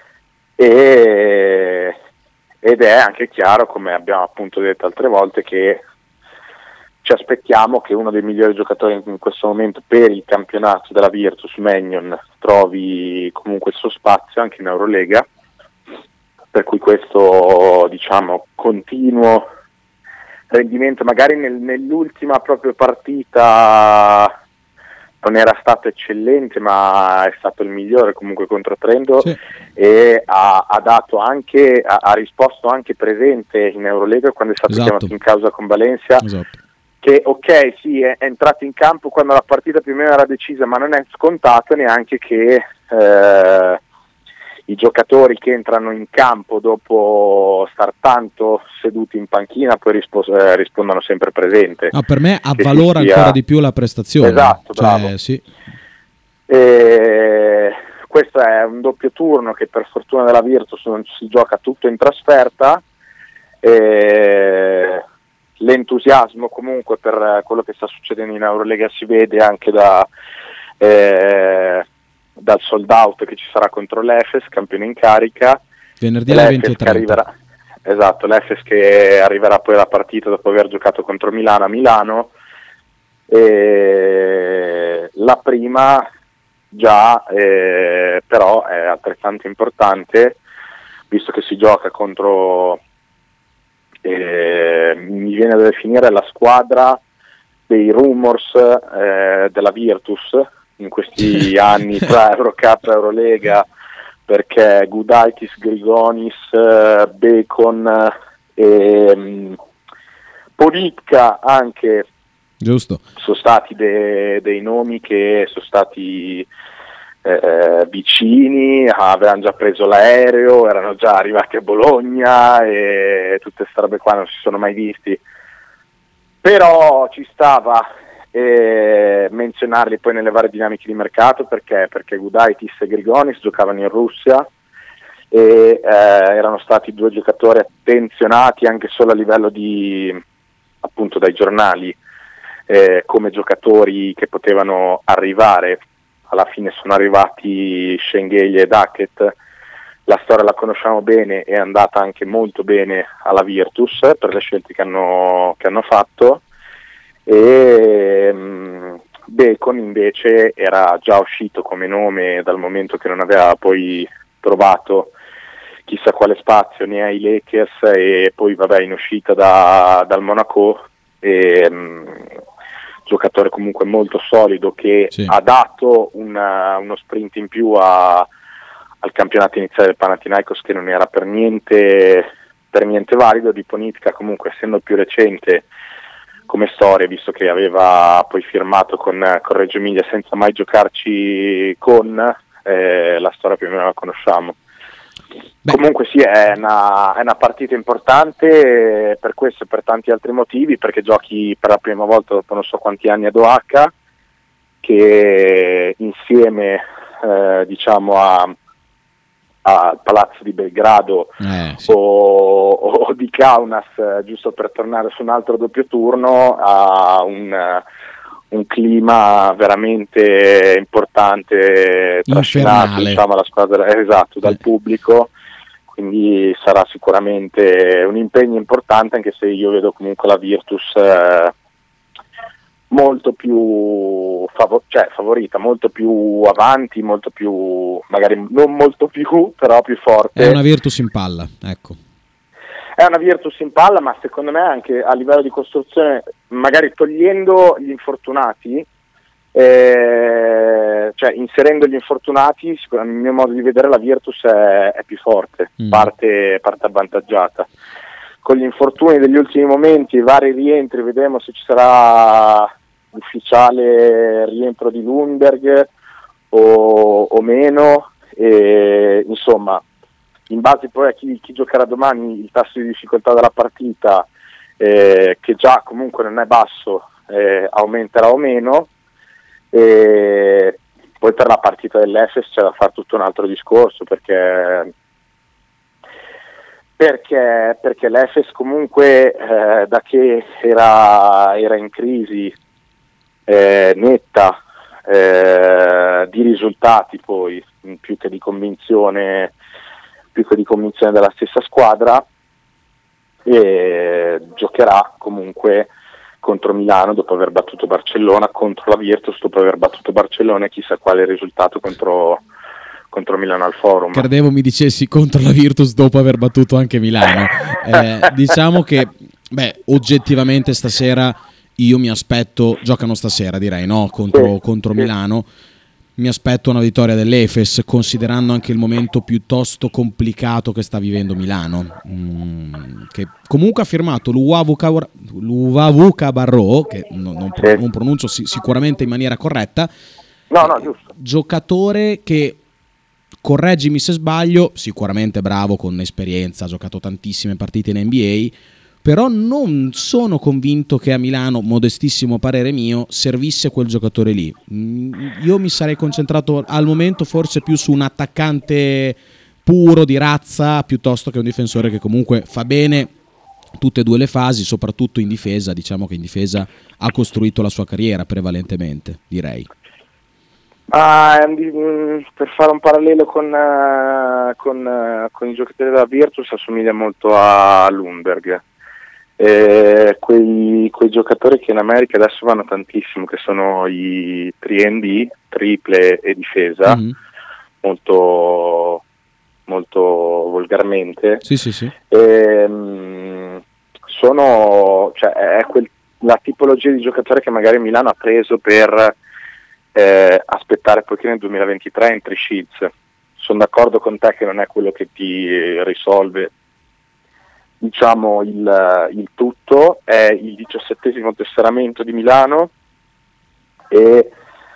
e ed è anche chiaro, come abbiamo appunto detto altre volte, che ci aspettiamo che uno dei migliori giocatori in questo momento per il campionato della Virtus, Mannion, trovi comunque il suo spazio anche in Eurolega, per cui questo, diciamo, continuo rendimento, magari nel, nell'ultima proprio partita non era stato eccellente, ma è stato il migliore comunque contro Trento, sì, e ha, ha dato anche, ha, ha risposto anche presente in Eurolega quando è stato esatto. chiamato in causa con Valencia, esatto. che ok, sì, è, è entrato in campo quando la partita più o meno era decisa, ma non è scontato neanche che eh, i giocatori che entrano in campo dopo star tanto seduti in panchina poi rispo- eh, rispondano sempre presente. Ah, per me che avvalora sia... ancora di più la prestazione. Esatto, cioè, bravo. Sì. E questo è un doppio turno che per fortuna della Virtus non si gioca tutto in trasferta. E l'entusiasmo comunque per quello che sta succedendo in Eurolega si vede anche da eh, dal sold out che ci sarà contro l'Efes, campione in carica, venerdì alle venti e trenta. Arriverà, esatto, l'Efes che arriverà poi alla partita dopo aver giocato contro Milano a Milano, e la prima già eh, però è altrettanto importante, visto che si gioca contro eh, mi viene da definire la squadra dei rumors eh, della Virtus in questi anni tra Eurocup e Eurolega, perché Gudaitis, Grigonis, eh, Bacon e um, Ponitka anche, giusto, sono stati de- dei nomi che sono stati eh, vicini, avevano già preso l'aereo, erano già arrivati a Bologna e tutte queste robe qua non si sono mai visti, però ci stava e menzionarli poi nelle varie dinamiche di mercato, perché perché Gudaitis e Grigonis giocavano in Russia e eh, erano stati due giocatori attenzionati anche solo a livello di, appunto, dai giornali eh, come giocatori che potevano arrivare. Alla fine sono arrivati Schengelia e Duckett, la storia la conosciamo bene, è andata anche molto bene alla Virtus per le scelte che hanno, che hanno fatto. E um, Bacon invece era già uscito come nome dal momento che non aveva poi trovato chissà quale spazio né ai Lakers e poi vabbè in uscita da, dal Monaco, e, um, giocatore comunque molto solido che sì. ha dato una, uno sprint in più a, al campionato iniziale del Panathinaikos, che non era per niente, per niente valido. Di Ponitka comunque, essendo più recente come storia, visto che aveva poi firmato con, con Reggio Emilia senza mai giocarci con, eh, la storia più o meno la conosciamo. Beh. Comunque sì, è una, è una partita importante per questo e per tanti altri motivi, perché giochi per la prima volta dopo non so quanti anni a Doha, che insieme eh, diciamo a al Palazzo di Belgrado eh, sì. o, o di Kaunas, giusto per tornare su un altro doppio turno, ha un, un clima veramente importante, trascinato, diciamo, la squadra, esatto, dal pubblico, quindi sarà sicuramente un impegno importante, anche se io vedo comunque la Virtus eh, molto più favor- cioè favorita, molto più avanti, molto più, magari non molto più, però più forte. È una Virtus in palla, ecco. È una Virtus in palla, ma secondo me anche a livello di costruzione, magari togliendo gli infortunati, eh, cioè inserendo gli infortunati, a mio modo di vedere la Virtus è, è più forte, mm. parte, parte avvantaggiata. Con gli infortuni degli ultimi momenti, i vari rientri, vedremo se ci sarà ufficiale rientro di Lundberg o, o meno, e, insomma, in base poi a chi, chi giocherà domani, il tasso di difficoltà della partita, eh, che già comunque non è basso, eh, aumenterà o meno, e poi per la partita dell'Efes c'è da fare tutto un altro discorso, perché perché, perché l'Efes comunque eh, da che era, era in crisi eh, netta eh, di risultati, poi più che di convinzione più che di convinzione della stessa squadra, e giocherà comunque contro Milano dopo aver battuto Barcellona, contro la Virtus dopo aver battuto Barcellona, e chissà quale risultato contro contro Milano al Forum. Credevo mi dicessi contro la Virtus dopo aver battuto anche Milano. Eh, diciamo che, beh, oggettivamente stasera io mi aspetto, giocano stasera direi, no? Contro, sì, contro sì. Milano. Mi aspetto una vittoria dell'Efes, considerando anche il momento piuttosto complicato che sta vivendo Milano, mm, che comunque ha firmato l'U A V Cabarro, che non, non, pro, non pronuncio sicuramente in maniera corretta. No, no, giusto. Giocatore che, correggimi se sbaglio, sicuramente bravo, con esperienza, ha giocato tantissime partite in N B A, però non sono convinto che a Milano, modestissimo parere mio, servisse quel giocatore lì. Io mi sarei concentrato al momento forse più su un attaccante puro di razza, piuttosto che un difensore che comunque fa bene tutte e due le fasi, soprattutto in difesa. Diciamo che in difesa ha costruito la sua carriera prevalentemente, direi. Ah, per fare un parallelo con, uh, con, uh, con i giocatori della Virtus, assomiglia molto a Lundberg. Eh, quei, quei giocatori che in America adesso vanno tantissimo, che sono i tre and D, triple e difesa, mm-hmm. molto, molto volgarmente. Sì, sì, sì. E, mh, sono, cioè, è quel, la tipologia di giocatore che magari Milano ha preso per eh, aspettare poiché nel duemilaventitré entri Shields. Sono d'accordo con te che non è quello che ti risolve, diciamo, il, il tutto. È il diciassettesimo tesseramento di Milano, e eh,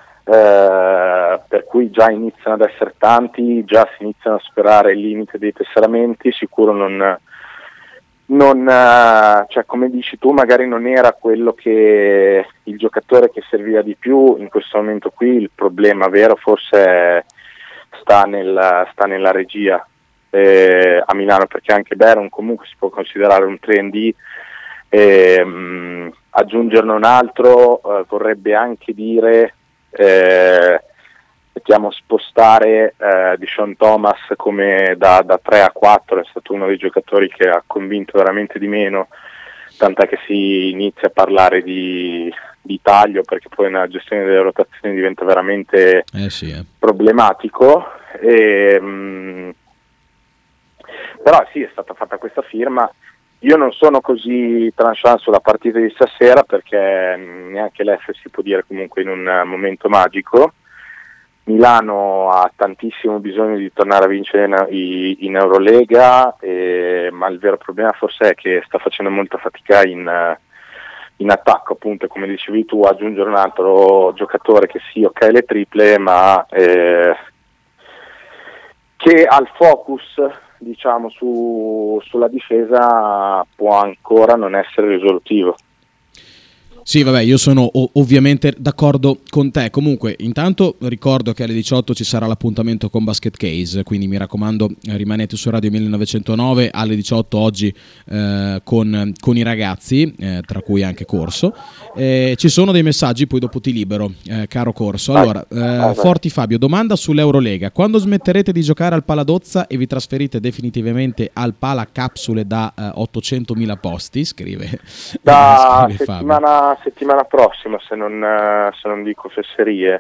per cui già iniziano ad essere tanti, già si iniziano a superare il limite dei tesseramenti. Sicuro non, non cioè, come dici tu, magari non era quello che il giocatore che serviva di più in questo momento qui. Il problema vero forse sta, nel, sta nella regia Eh, a Milano, perché anche Beron comunque si può considerare un tre and D, eh, mh, aggiungerne un altro eh, vorrebbe anche dire eh, mettiamo spostare eh, Deshaun Thomas come da, da tre a quattro. È stato uno dei giocatori che ha convinto veramente di meno, tant'è che si inizia a parlare di, di taglio, perché poi nella gestione delle rotazioni diventa veramente eh sì, eh. problematico. E, mh, però sì, è stata fatta questa firma. Io non sono così tranchant sulla partita di stasera, perché neanche l'F si può dire comunque in un momento magico. Milano ha tantissimo bisogno di tornare a vincere in, in Eurolega, eh, ma il vero problema forse è che sta facendo molta fatica in, in attacco, appunto, come dicevi tu, aggiungere un altro giocatore che sì, ok, le triple, ma eh, che ha il focus diciamo su, sulla difesa può ancora non essere risolutivo. Sì, vabbè, io sono ov- ovviamente d'accordo con te. Comunque, intanto ricordo che alle diciotto ci sarà l'appuntamento con Basket Case, quindi mi raccomando, rimanete su Radio millenovecentonove alle diciotto oggi eh, con, con i ragazzi, eh, tra cui anche Corso. Eh, ci sono dei messaggi, poi dopo ti libero, eh, caro Corso. Allora, eh, Forti Fabio, domanda sull'Eurolega. Quando smetterete di giocare al Paladozza e vi trasferite definitivamente al Pala Capsule da eh, ottocentomila posti? Scrive, Da scrive settimana, Fabio. settimana prossima, se non, se non dico fesserie.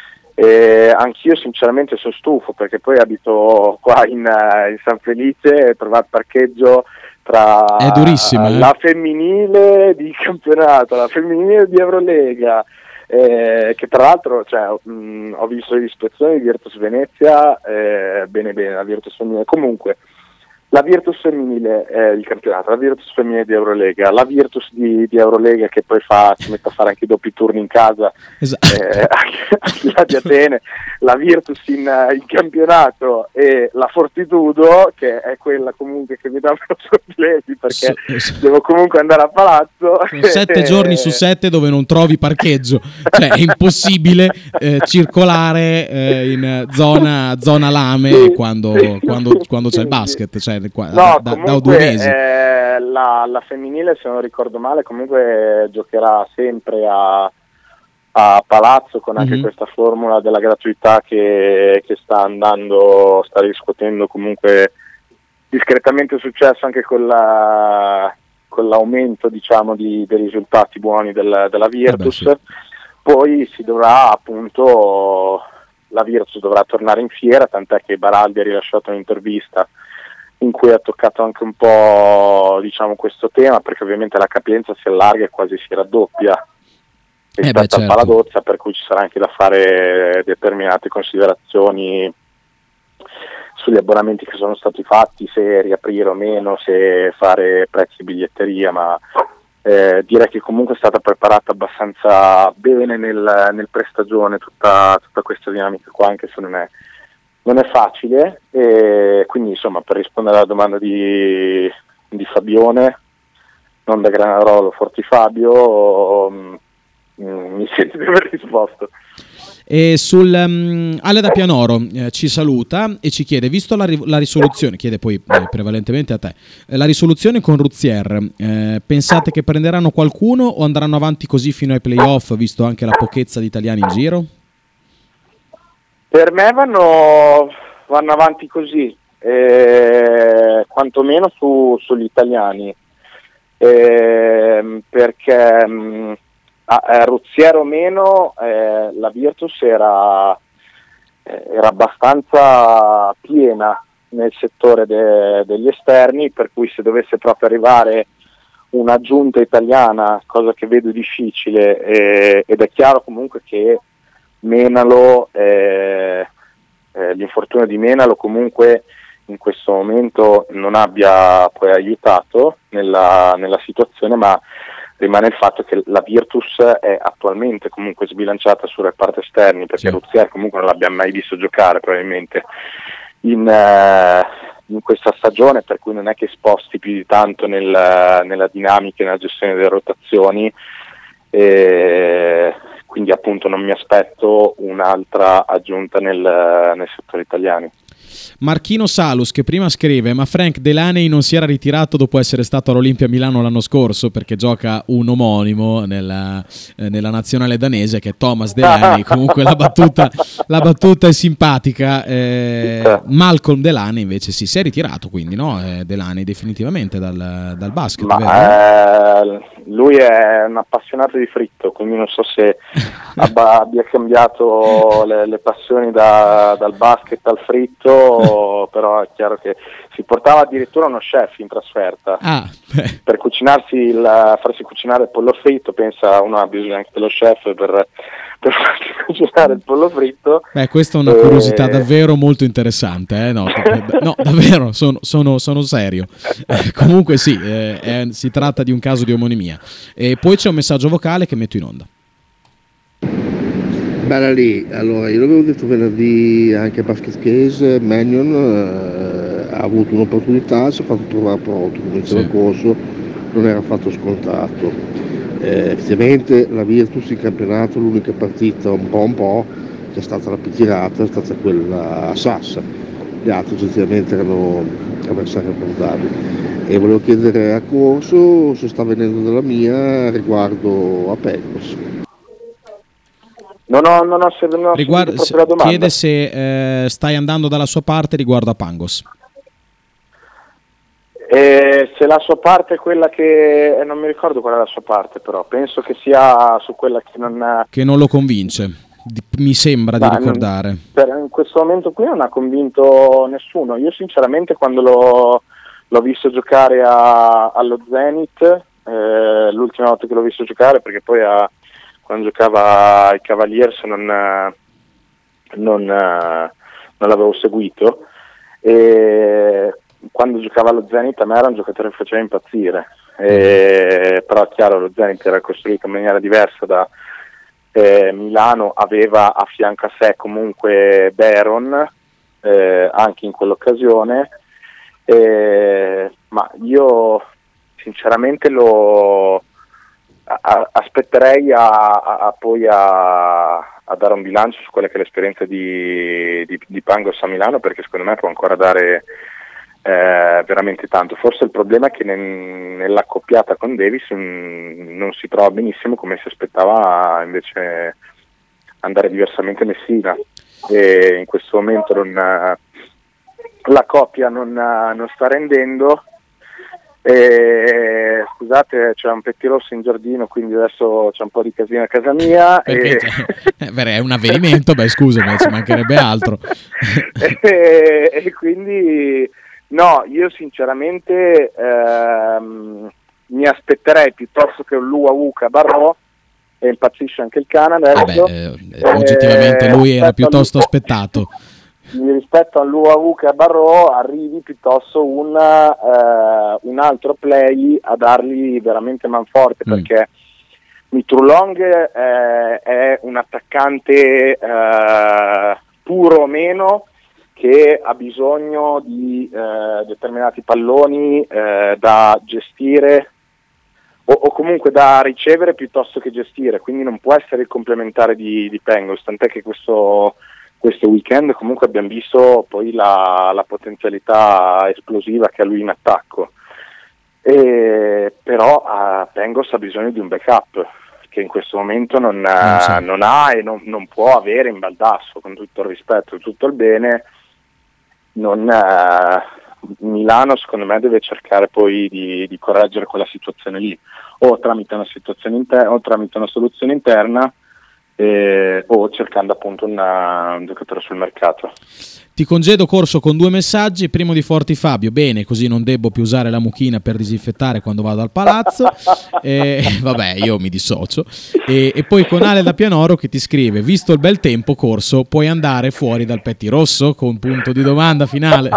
E anch'io sinceramente sono stufo, perché poi abito qua in, in San Felice e trovare parcheggio tra È durissima, eh? la femminile di campionato, la femminile di Eurolega, eh, che tra l'altro, cioè, mh, ho visto le ispezioni di Virtus Venezia, eh, bene bene, la Virtus femminile. Comunque, la Virtus femminile è il campionato, la Virtus femminile di Eurolega, la Virtus di, di Eurolega che poi fa, si mette a fare anche i doppi turni in casa, Esatto. eh, anche la di Atene, la Virtus in, in campionato e la Fortitudo, che è quella comunque che mi dà meno problemi perché So- so- devo comunque andare a palazzo. Sono sette giorni su sette dove non trovi parcheggio, cioè è impossibile eh, circolare eh, in zona, zona lame Sì, quando, sì, quando, quando c'è sì, il basket, cioè qua- No, da, da, da comunque due mesi. eh, la, la femminile, se non ricordo male, comunque giocherà sempre a, a Palazzo con anche Mhm. questa formula della gratuità che, che sta andando, sta riscuotendo comunque discretamente successo anche con, la, con l'aumento, diciamo, di, dei risultati buoni del, della Virtus. Eh beh, sì. Poi si dovrà appunto, la Virtus dovrà tornare in fiera, tant'è che Baraldi ha rilasciato un'intervista in cui ha toccato anche un po', diciamo, questo tema, perché ovviamente la capienza si allarga e quasi si raddoppia rispetto beh, certo. al Paladozza, per cui ci sarà anche da fare determinate considerazioni sugli abbonamenti che sono stati fatti, se riaprire o meno, se fare prezzi biglietteria, ma eh, direi che comunque è stata preparata abbastanza bene nel, nel prestagione tutta, tutta questa dinamica qua, anche se non è non è facile, e quindi insomma, per rispondere alla domanda di, di Fabione, non da Granarolo, Forti Fabio, mm, mi sento di aver risposto. E sul um, Ale da Pianoro eh, ci saluta e ci chiede, visto la, ri- la risoluzione, chiede poi eh, prevalentemente a te, eh, la risoluzione con Ruzier, eh, pensate che prenderanno qualcuno o andranno avanti così fino ai playoff, visto anche la pochezza di italiani in giro? Per me vanno, vanno avanti così, eh, quantomeno su, sugli italiani, eh, perché mh, a, a Ruziero o meno eh, la Virtus era, eh, era abbastanza piena nel settore de, degli esterni, per cui se dovesse proprio arrivare un'aggiunta italiana, cosa che vedo difficile, eh, ed è chiaro comunque che Menalo, eh, eh, l'infortunio di Menalo comunque in questo momento non abbia poi aiutato nella, nella situazione, ma rimane il fatto che la Virtus è attualmente comunque sbilanciata sul reparto esterni, perché Sì. Ruzier comunque non l'abbiamo mai visto giocare probabilmente in, eh, in questa stagione, per cui non è che sposti più di tanto nel, nella dinamica e nella gestione delle rotazioni, e quindi appunto non mi aspetto un'altra aggiunta nel, nel settore italiano. Marchino Salus che prima scrive, ma Frank Delaney non si era ritirato dopo essere stato all'Olimpia Milano l'anno scorso, perché gioca un omonimo nella, eh, nella nazionale danese che è Thomas Delaney. Comunque la battuta, la battuta è simpatica. eh, Malcolm Delaney invece sì, si è ritirato, quindi no, eh, Delaney definitivamente dal, dal basket, Ma vero? eh, lui è un appassionato di fritto, quindi non so se abba, abbia cambiato le, le passioni da, dal basket al fritto, però è chiaro che si portava addirittura uno chef in trasferta Ah, beh. per cucinarsi il, farsi cucinare il pollo fritto. Pensa, uno ha bisogno anche dello chef per, per farsi cucinare il pollo fritto. Beh, questa è una E- curiosità davvero molto interessante, eh? no, no, davvero, sono, sono, sono serio. Eh, comunque sì, eh, è- si tratta di un caso di omonimia. E poi c'è un messaggio vocale che metto in onda. Bella lì, allora io l'avevo detto venerdì anche a Basket Case, Mannion eh, ha avuto un'opportunità, si è fatto trovare pronto, come diceva Sì. Corso, non era affatto scontato. Eh, effettivamente la Virtus in campionato, l'unica partita un po' un po' che è stata la più tirata è stata quella a Sassa, gli altri oggettivamente erano avversari abbordabili. E volevo chiedere a Corso se sta venendo dalla mia riguardo a Pecos. Non ho, non ho, se- non ho Riguarda- sentito proprio la domanda. chiede se eh, stai andando dalla sua parte riguardo a Pangos. E se la sua parte è quella che... eh, non mi ricordo qual è la sua parte, però penso che sia su quella che non... Che non lo convince, di- mi sembra Ma di non- ricordare. per, in questo momento qui non ha convinto nessuno. Io sinceramente quando l'ho, l'ho visto giocare a- allo Zenit, eh, l'ultima volta che l'ho visto giocare, perché poi a- quando giocava ai Cavaliers non, eh, non, eh, non l'avevo seguito, e quando giocava allo Zenit a me era un giocatore che faceva impazzire, e, però è chiaro, lo Zenit era costruito in maniera diversa da eh, Milano, aveva a fianco a sé comunque Baron, eh, anche in quell'occasione, eh, ma io sinceramente lo a- a- aspetterei a, a- a poi a, a dare un bilancio su quella che è l'esperienza di, di, di Pangos a Milano, perché secondo me può ancora dare eh, veramente tanto. Forse il problema è che nel- nell'accoppiata con Davis mh, non si trova benissimo, come si aspettava invece andare diversamente Messina, e in questo momento non, la coppia non, non sta rendendo. E, scusate, c'è un pettirosso in giardino, quindi adesso c'è un po' di casino a casa mia. Perché e... eh, beh, è un avvenimento, beh scusami, ci mancherebbe altro. e, e quindi no, io sinceramente ehm, mi aspetterei piuttosto che un Lua Uca Barrò, e impazzisce anche il cane adesso. Vabbè, eh, oggettivamente lui era piuttosto aspettato. Rispetto all'U A U che a Barrò arrivi piuttosto un, eh, un altro play a dargli veramente manforte, Mm. perché Mitrulong eh, è un attaccante eh, puro o meno, che ha bisogno di eh, determinati palloni eh, da gestire o, o comunque da ricevere piuttosto che gestire, quindi non può essere il complementare di, di Pangos, tant'è che questo questo weekend comunque abbiamo visto poi la, la potenzialità esplosiva che ha lui in attacco, e, però uh, Pangos ha bisogno di un backup che in questo momento non, Non so. uh, non ha e non, non può avere in Baldasso, con tutto il rispetto e tutto il bene. Non, uh, Milano secondo me deve cercare poi di, di correggere quella situazione lì, o tramite una situazione interna o tramite una soluzione interna, Eh, o cercando appunto una, un giocatore sul mercato. Ti congedo Corso con due messaggi. Primo di Forti Fabio: bene, così non debbo più usare la mucchina per disinfettare quando vado al palazzo. e, vabbè, io mi dissocio. E, e poi con Ale da Pianoro che ti scrive: visto il bel tempo, Corso, puoi andare fuori dal pettirosso? Con punto di domanda finale.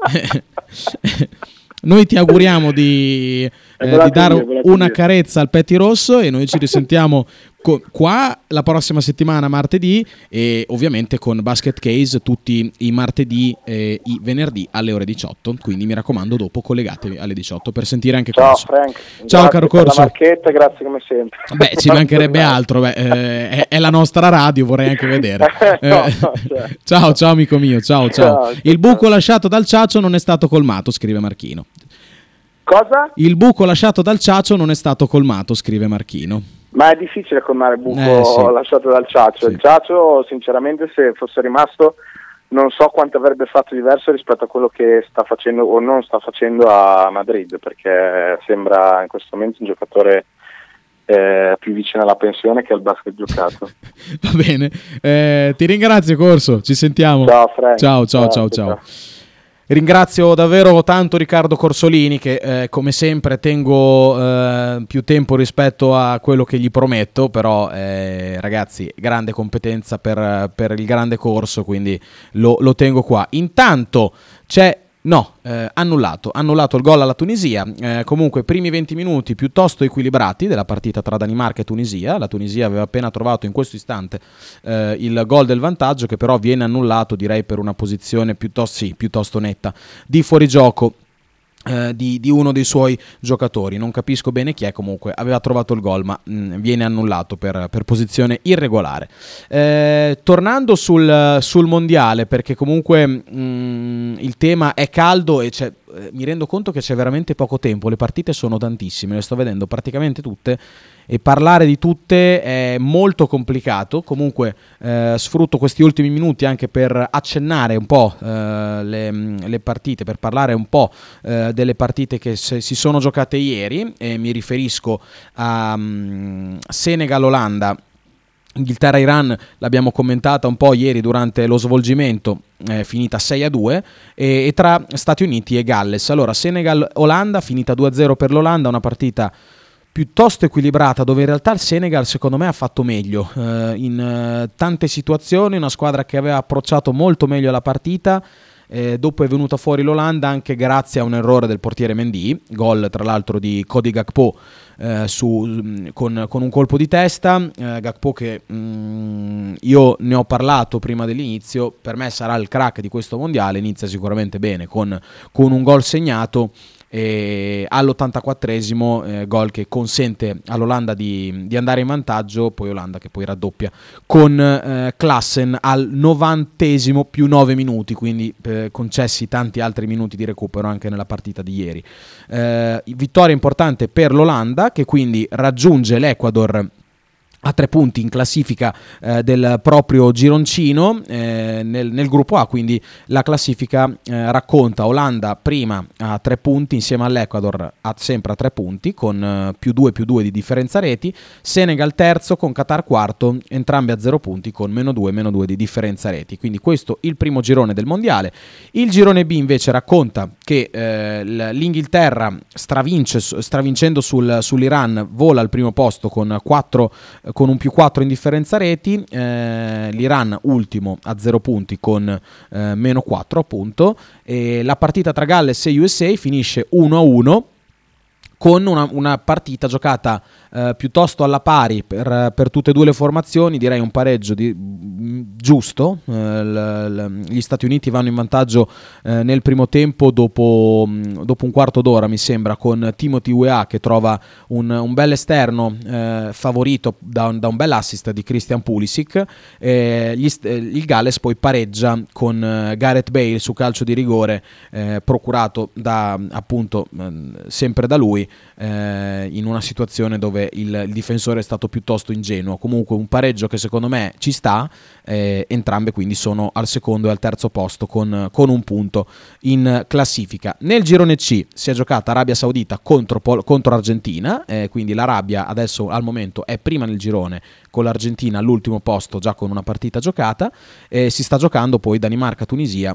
Noi ti auguriamo di, eh, di dare una carezza al pettirosso, e noi ci risentiamo co- qua la prossima settimana martedì, e ovviamente con Basket Case tutti i martedì e i venerdì alle ore diciotto, quindi mi raccomando dopo collegatevi alle diciotto per sentire anche Ciao Corso. Frank, Ciao grazie caro per Corso. la marchetta, grazie come sempre. Beh, ci mancherebbe altro, beh, eh, è, è la nostra radio, vorrei anche vedere. No, Eh, no, certo. ciao, ciao amico mio, ciao, ciao. Ciao, Il buco lasciato dal Ciaccio non è stato colmato, scrive Marchino. Cosa? Il buco lasciato dal Ciaccio non è stato colmato, scrive Marchino. Ma è difficile colmare il buco Eh, sì. lasciato dal Ciaccio. Sì. Il Ciaccio sinceramente se fosse rimasto non so quanto avrebbe fatto diverso rispetto a quello che sta facendo o non sta facendo a Madrid, perché sembra in questo momento un giocatore eh, più vicino alla pensione che al basket giocato. Va bene, eh, ti ringrazio Corso, ci sentiamo. Ciao Frank. Ciao, ciao, ciao, ciao. Ringrazio davvero tanto Riccardo Corsolini che eh, come sempre tengo eh, più tempo rispetto a quello che gli prometto, però eh, ragazzi, grande competenza per, per il grande corso, quindi lo, lo tengo qua. Intanto c'è No, eh, annullato, annullato il gol alla Tunisia. Eh, comunque primi venti minuti piuttosto equilibrati della partita tra Danimarca e Tunisia. La Tunisia aveva appena trovato in questo istante eh, il gol del vantaggio, che però viene annullato, direi, per una posizione piuttosto, sì, piuttosto netta di fuorigioco Eh, di, di uno dei suoi giocatori. Non capisco bene chi è, comunque aveva trovato il gol, ma mh, viene annullato per, per posizione irregolare. Eh, tornando sul, sul mondiale, perché comunque mh, il tema è caldo e c'è, eh, mi rendo conto che c'è veramente poco tempo, le partite sono tantissime, le sto vedendo praticamente tutte e parlare di tutte è molto complicato. Comunque eh, sfrutto questi ultimi minuti anche per accennare un po' eh, le, le partite, per parlare un po' eh, delle partite che se, si sono giocate ieri, e mi riferisco a um, Senegal-Olanda, Inghilterra-Iran, l'abbiamo commentata un po' ieri durante lo svolgimento, eh, finita sei a due, e, e tra Stati Uniti e Galles. Allora, Senegal-Olanda, finita due a zero per l'Olanda, una partita piuttosto equilibrata, dove in realtà il Senegal secondo me ha fatto meglio eh, in eh, tante situazioni, una squadra che aveva approcciato molto meglio la partita. Eh, dopo è venuta fuori l'Olanda anche grazie a un errore del portiere Mendy, gol tra l'altro di Cody Gakpo eh, su, con, con un colpo di testa. eh, Gakpo che mh, io ne ho parlato prima dell'inizio, per me sarà il crack di questo mondiale, inizia sicuramente bene con, con un gol segnato. E all'ottantaquattresimo eh, gol che consente all'Olanda di, di andare in vantaggio, poi Olanda che poi raddoppia con eh, Klaassen al novantesimo più nove minuti, quindi eh, concessi tanti altri minuti di recupero anche nella partita di ieri. Eh, vittoria importante per l'Olanda, che quindi raggiunge l'Ecuador a tre punti in classifica eh, del proprio gironcino eh, nel, nel gruppo A, quindi la classifica eh, racconta Olanda prima a tre punti insieme all'Ecuador a, sempre a tre punti con eh, più due più due di differenza reti, Senegal terzo con Qatar quarto, entrambi a zero punti con meno due meno due di differenza reti. Quindi questo il primo girone del mondiale. Il girone B invece racconta che eh, l'Inghilterra stravince, stravincendo sul, sull'Iran, vola al primo posto con quattro con un più quattro in differenza reti, eh, l'Iran ultimo a zero punti con eh, meno quattro appunto, e la partita tra Galles e U S A finisce uno a uno con una, una partita giocata eh, piuttosto alla pari per, per tutte e due le formazioni, direi un pareggio di, mh, giusto. Eh, l, l, gli Stati Uniti vanno in vantaggio eh, nel primo tempo dopo, mh, dopo un quarto d'ora mi sembra, con Timothy Weah che trova un, un bel esterno eh, favorito da un, da un bel assist di Christian Pulisic. Eh, gli, eh, il Galles poi pareggia con eh, Gareth Bale su calcio di rigore eh, procurato da appunto eh, sempre da lui, Eh, in una situazione dove il, il difensore è stato piuttosto ingenuo. Comunque un pareggio che secondo me ci sta, eh, entrambe quindi sono al secondo e al terzo posto con, con un punto in classifica. Nel girone C si è giocata Arabia Saudita contro, contro Argentina, eh, quindi l'Arabia adesso al momento è prima nel girone con l'Argentina all'ultimo posto già con una partita giocata, eh, si sta giocando poi Danimarca-Tunisia,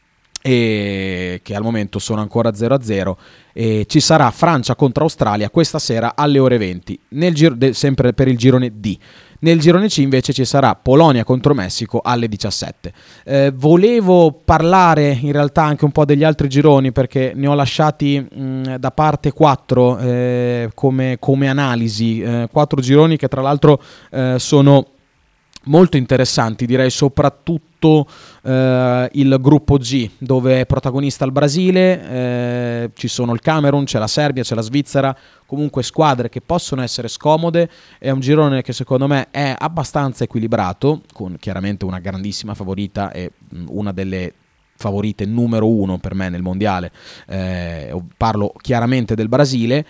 e che al momento sono ancora zero a zero, e ci sarà Francia contro Australia questa sera alle ore venti nel giro, de, sempre per il girone D. Nel girone C invece ci sarà Polonia contro Messico alle diciassette. Eh, volevo parlare in realtà anche un po' degli altri gironi, perché ne ho lasciati mh, da parte quattro eh, come, come analisi, eh, quattro gironi che tra l'altro eh, sono molto interessanti, direi soprattutto eh, il gruppo G, dove è protagonista il Brasile, eh, ci sono il Camerun, c'è la Serbia, c'è la Svizzera, comunque squadre che possono essere scomode. È un girone che secondo me è abbastanza equilibrato, con chiaramente una grandissima favorita e una delle favorite numero uno per me nel mondiale, eh, parlo chiaramente del Brasile.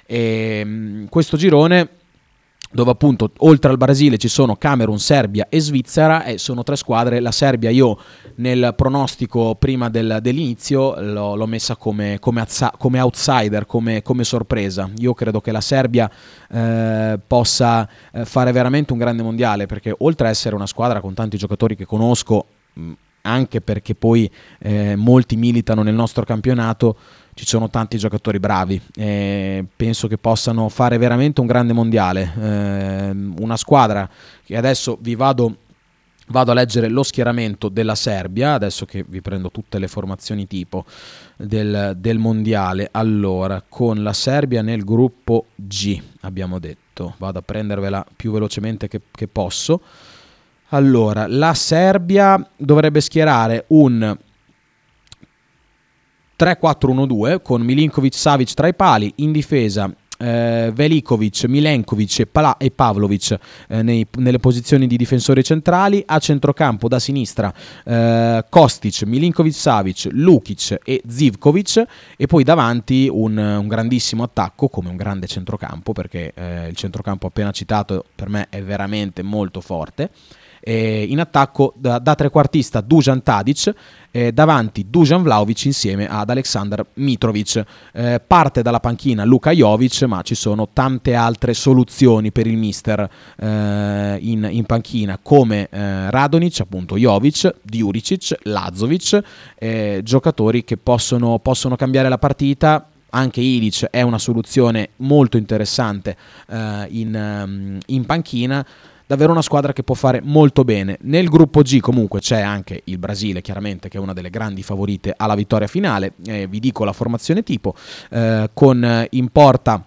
E questo girone, dove appunto oltre al Brasile ci sono Camerun, Serbia e Svizzera, e sono tre squadre. La Serbia io nel pronostico prima del, dell'inizio l'ho, l'ho messa come, come, come outsider, come, come sorpresa. Io credo che la Serbia eh, possa fare veramente un grande mondiale, perché oltre a essere una squadra con tanti giocatori che conosco, anche perché poi eh, molti militano nel nostro campionato, ci sono tanti giocatori bravi, e penso che possano fare veramente un grande mondiale. Eh, una squadra che adesso vi vado Vado a leggere lo schieramento della Serbia, adesso che vi prendo tutte le formazioni tipo del, del mondiale. Allora, con la Serbia nel gruppo G, abbiamo detto, vado a prendervela più velocemente che, che posso. Allora, la Serbia dovrebbe schierare un tre quattro uno due con Milinkovic, Savic tra i pali, in difesa Eh, Velikovic, Milenkovic e, Pala- e Pavlovic eh, nei, nelle posizioni di difensori centrali. A centrocampo da sinistra eh, Kostic, Milinkovic, Savic, Lukic e Zivkovic, e poi davanti un, un grandissimo attacco come un grande centrocampo, perché eh, il centrocampo appena citato per me è veramente molto forte. Eh, in attacco da, da trequartista Dusan Tadic, eh, davanti Dusan Vlahovic insieme ad Aleksandar Mitrovic. Eh, parte dalla panchina Luka Jovic, ma ci sono tante altre soluzioni per il mister eh, in, in panchina, come eh, Radonic, appunto Jovic, Djuricic, Lazovic, eh, giocatori che possono, possono cambiare la partita. Anche Ilic è una soluzione molto interessante eh, in, in panchina. Davvero una squadra che può fare molto bene. Nel gruppo G comunque c'è anche il Brasile, chiaramente, che è una delle grandi favorite alla vittoria finale. Eh, vi dico la formazione tipo, eh, con eh, in porta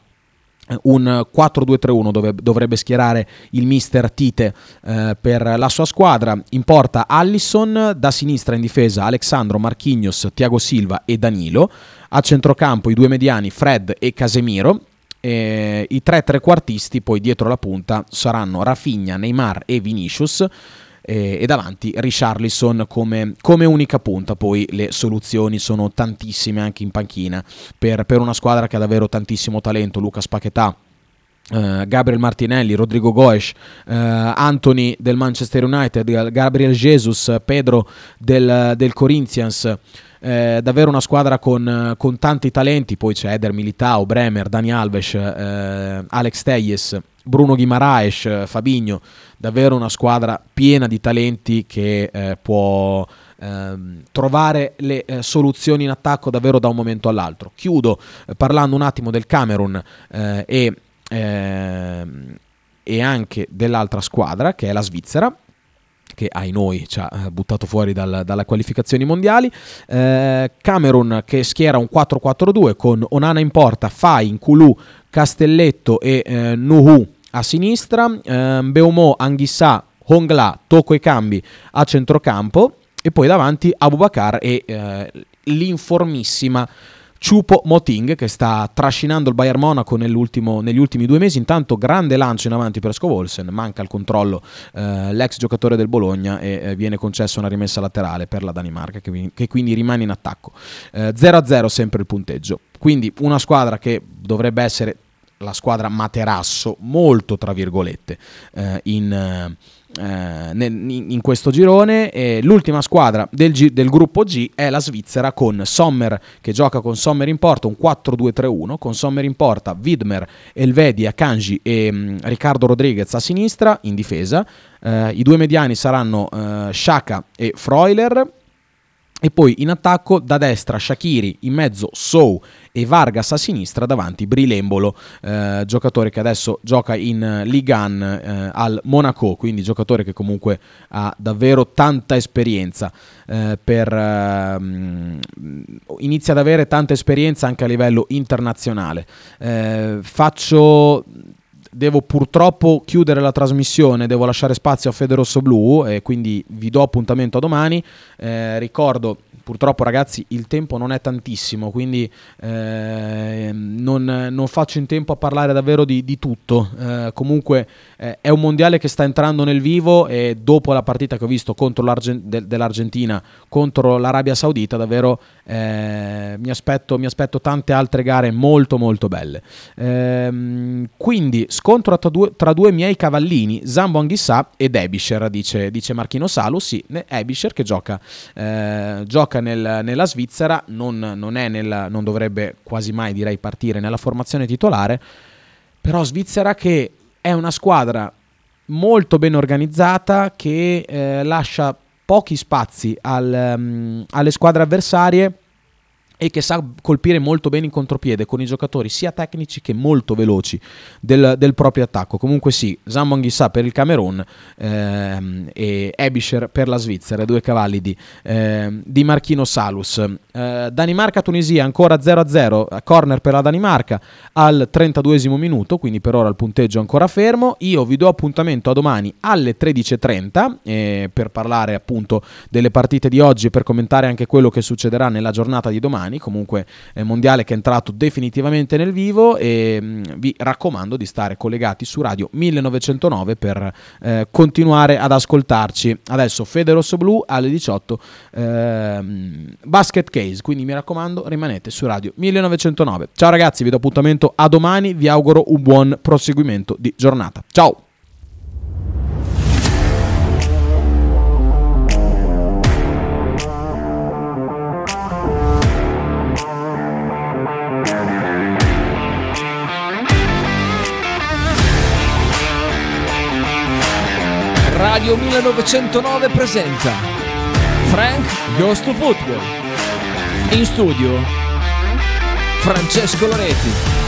un quattro due tre uno dove dovrebbe schierare il mister Tite eh, per la sua squadra. In porta Alisson, da sinistra in difesa Alexandro, Marquinhos, Thiago Silva e Danilo. A centrocampo i due mediani Fred e Casemiro. Eh, I tre trequartisti poi dietro la punta saranno Rafinha, Neymar e Vinicius, eh, e davanti Richarlison come, come unica punta. Poi le soluzioni sono tantissime anche in panchina per, per una squadra che ha davvero tantissimo talento. Lucas Paquetá, Uh, Gabriel Martinelli, Rodrigo Goes, uh, Anthony del Manchester United, Gabriel Jesus, Pedro del, del Corinthians. Eh, davvero una squadra con, con tanti talenti. Poi c'è Eder Militao, Bremer, Dani Alves, eh, Alex Telles, Bruno Guimaraes, Fabinho. Davvero una squadra piena di talenti che eh, può eh, trovare le eh, soluzioni in attacco davvero da un momento all'altro. Chiudo eh, parlando un attimo del Camerun eh, e Eh, e anche dell'altra squadra, che è la Svizzera, che ai noi ci ha buttato fuori dal, dalle qualificazioni mondiali. eh, Camerun che schiera un quattro quattro due con Onana in porta, Fai, Nkulu, Castelletto e eh, Nuhu a sinistra, eh, Mbeumo, Anghissà, Hongla, Toko e Cambi a centrocampo, e poi davanti Aboubakar e eh, l'informissima Choupo Moting, che sta trascinando il Bayern Monaco nell'ultimo, negli ultimi due mesi. Intanto grande lancio in avanti per Scovolsen, manca il controllo eh, l'ex giocatore del Bologna e eh, viene concessa una rimessa laterale per la Danimarca, che, che quindi rimane in attacco. eh, zero a zero sempre il punteggio, quindi una squadra che dovrebbe essere la squadra materasso, molto tra virgolette, eh, in... Eh, in questo girone. E l'ultima squadra del, G, del gruppo G è la Svizzera, con Sommer che gioca con Sommer in porta, un quattro due tre uno con Sommer in porta, Widmer, Elvedi, Akanji e um, Riccardo Rodriguez a sinistra. In difesa uh, i due mediani saranno uh, Xhaka e Freuler, e poi in attacco da destra Shaqiri, in mezzo Sow e Vargas a sinistra, davanti Brilembolo, eh, giocatore che adesso gioca in Ligue uno eh, al Monaco, quindi giocatore che comunque ha davvero tanta esperienza, eh, per, eh, inizia ad avere tanta esperienza anche a livello internazionale. Eh, faccio... Devo purtroppo chiudere la trasmissione, devo lasciare spazio a Fede Rosso Blu, e quindi vi do appuntamento a domani. Eh, ricordo, purtroppo ragazzi, il tempo non è tantissimo, quindi eh, non, non faccio in tempo a parlare davvero di, di tutto. Eh, comunque eh, è un mondiale che sta entrando nel vivo, e dopo la partita che ho visto contro l'Argen- de- dell'Argentina contro l'Arabia Saudita, davvero eh, mi aspetto, mi aspetto tante altre gare molto molto belle. Eh, quindi scontro tra due, tra due miei cavallini, Zambo Anghissà ed Ebischer, dice, dice Marchino Salu. Sì, Ebischer che gioca, eh, gioca nel, nella Svizzera, non, non, è nella, non dovrebbe quasi mai, direi, partire nella formazione titolare, però Svizzera che è una squadra molto ben organizzata, che eh, lascia pochi spazi al, um, alle squadre avversarie, e che sa colpire molto bene in contropiede con i giocatori sia tecnici che molto veloci del, del proprio attacco. Comunque sì, Zambo Anguissà per il Camerun ehm, e Ebischer per la Svizzera, due cavalli di, ehm, di Marchino Salus. Eh, Danimarca-Tunisia ancora zero a zero, corner per la Danimarca al trentaduesimo minuto, quindi per ora il punteggio ancora fermo. Io vi do appuntamento a domani alle tredici e trenta eh, per parlare appunto delle partite di oggi e per commentare anche quello che succederà nella giornata di domani. Comunque è un mondiale che è entrato definitivamente nel vivo e mh, vi raccomando di stare collegati su Radio millenovecentonove per eh, continuare ad ascoltarci. Adesso Fede Rosso Blu alle diciotto, ehm, Basket Case, quindi mi raccomando rimanete su Radio millenovecentonove. Ciao ragazzi, vi do appuntamento a domani, vi auguro un buon proseguimento di giornata. Ciao! Radio millenovecentonove presenta Frank Goes to Football. In studio Francesco Loreti.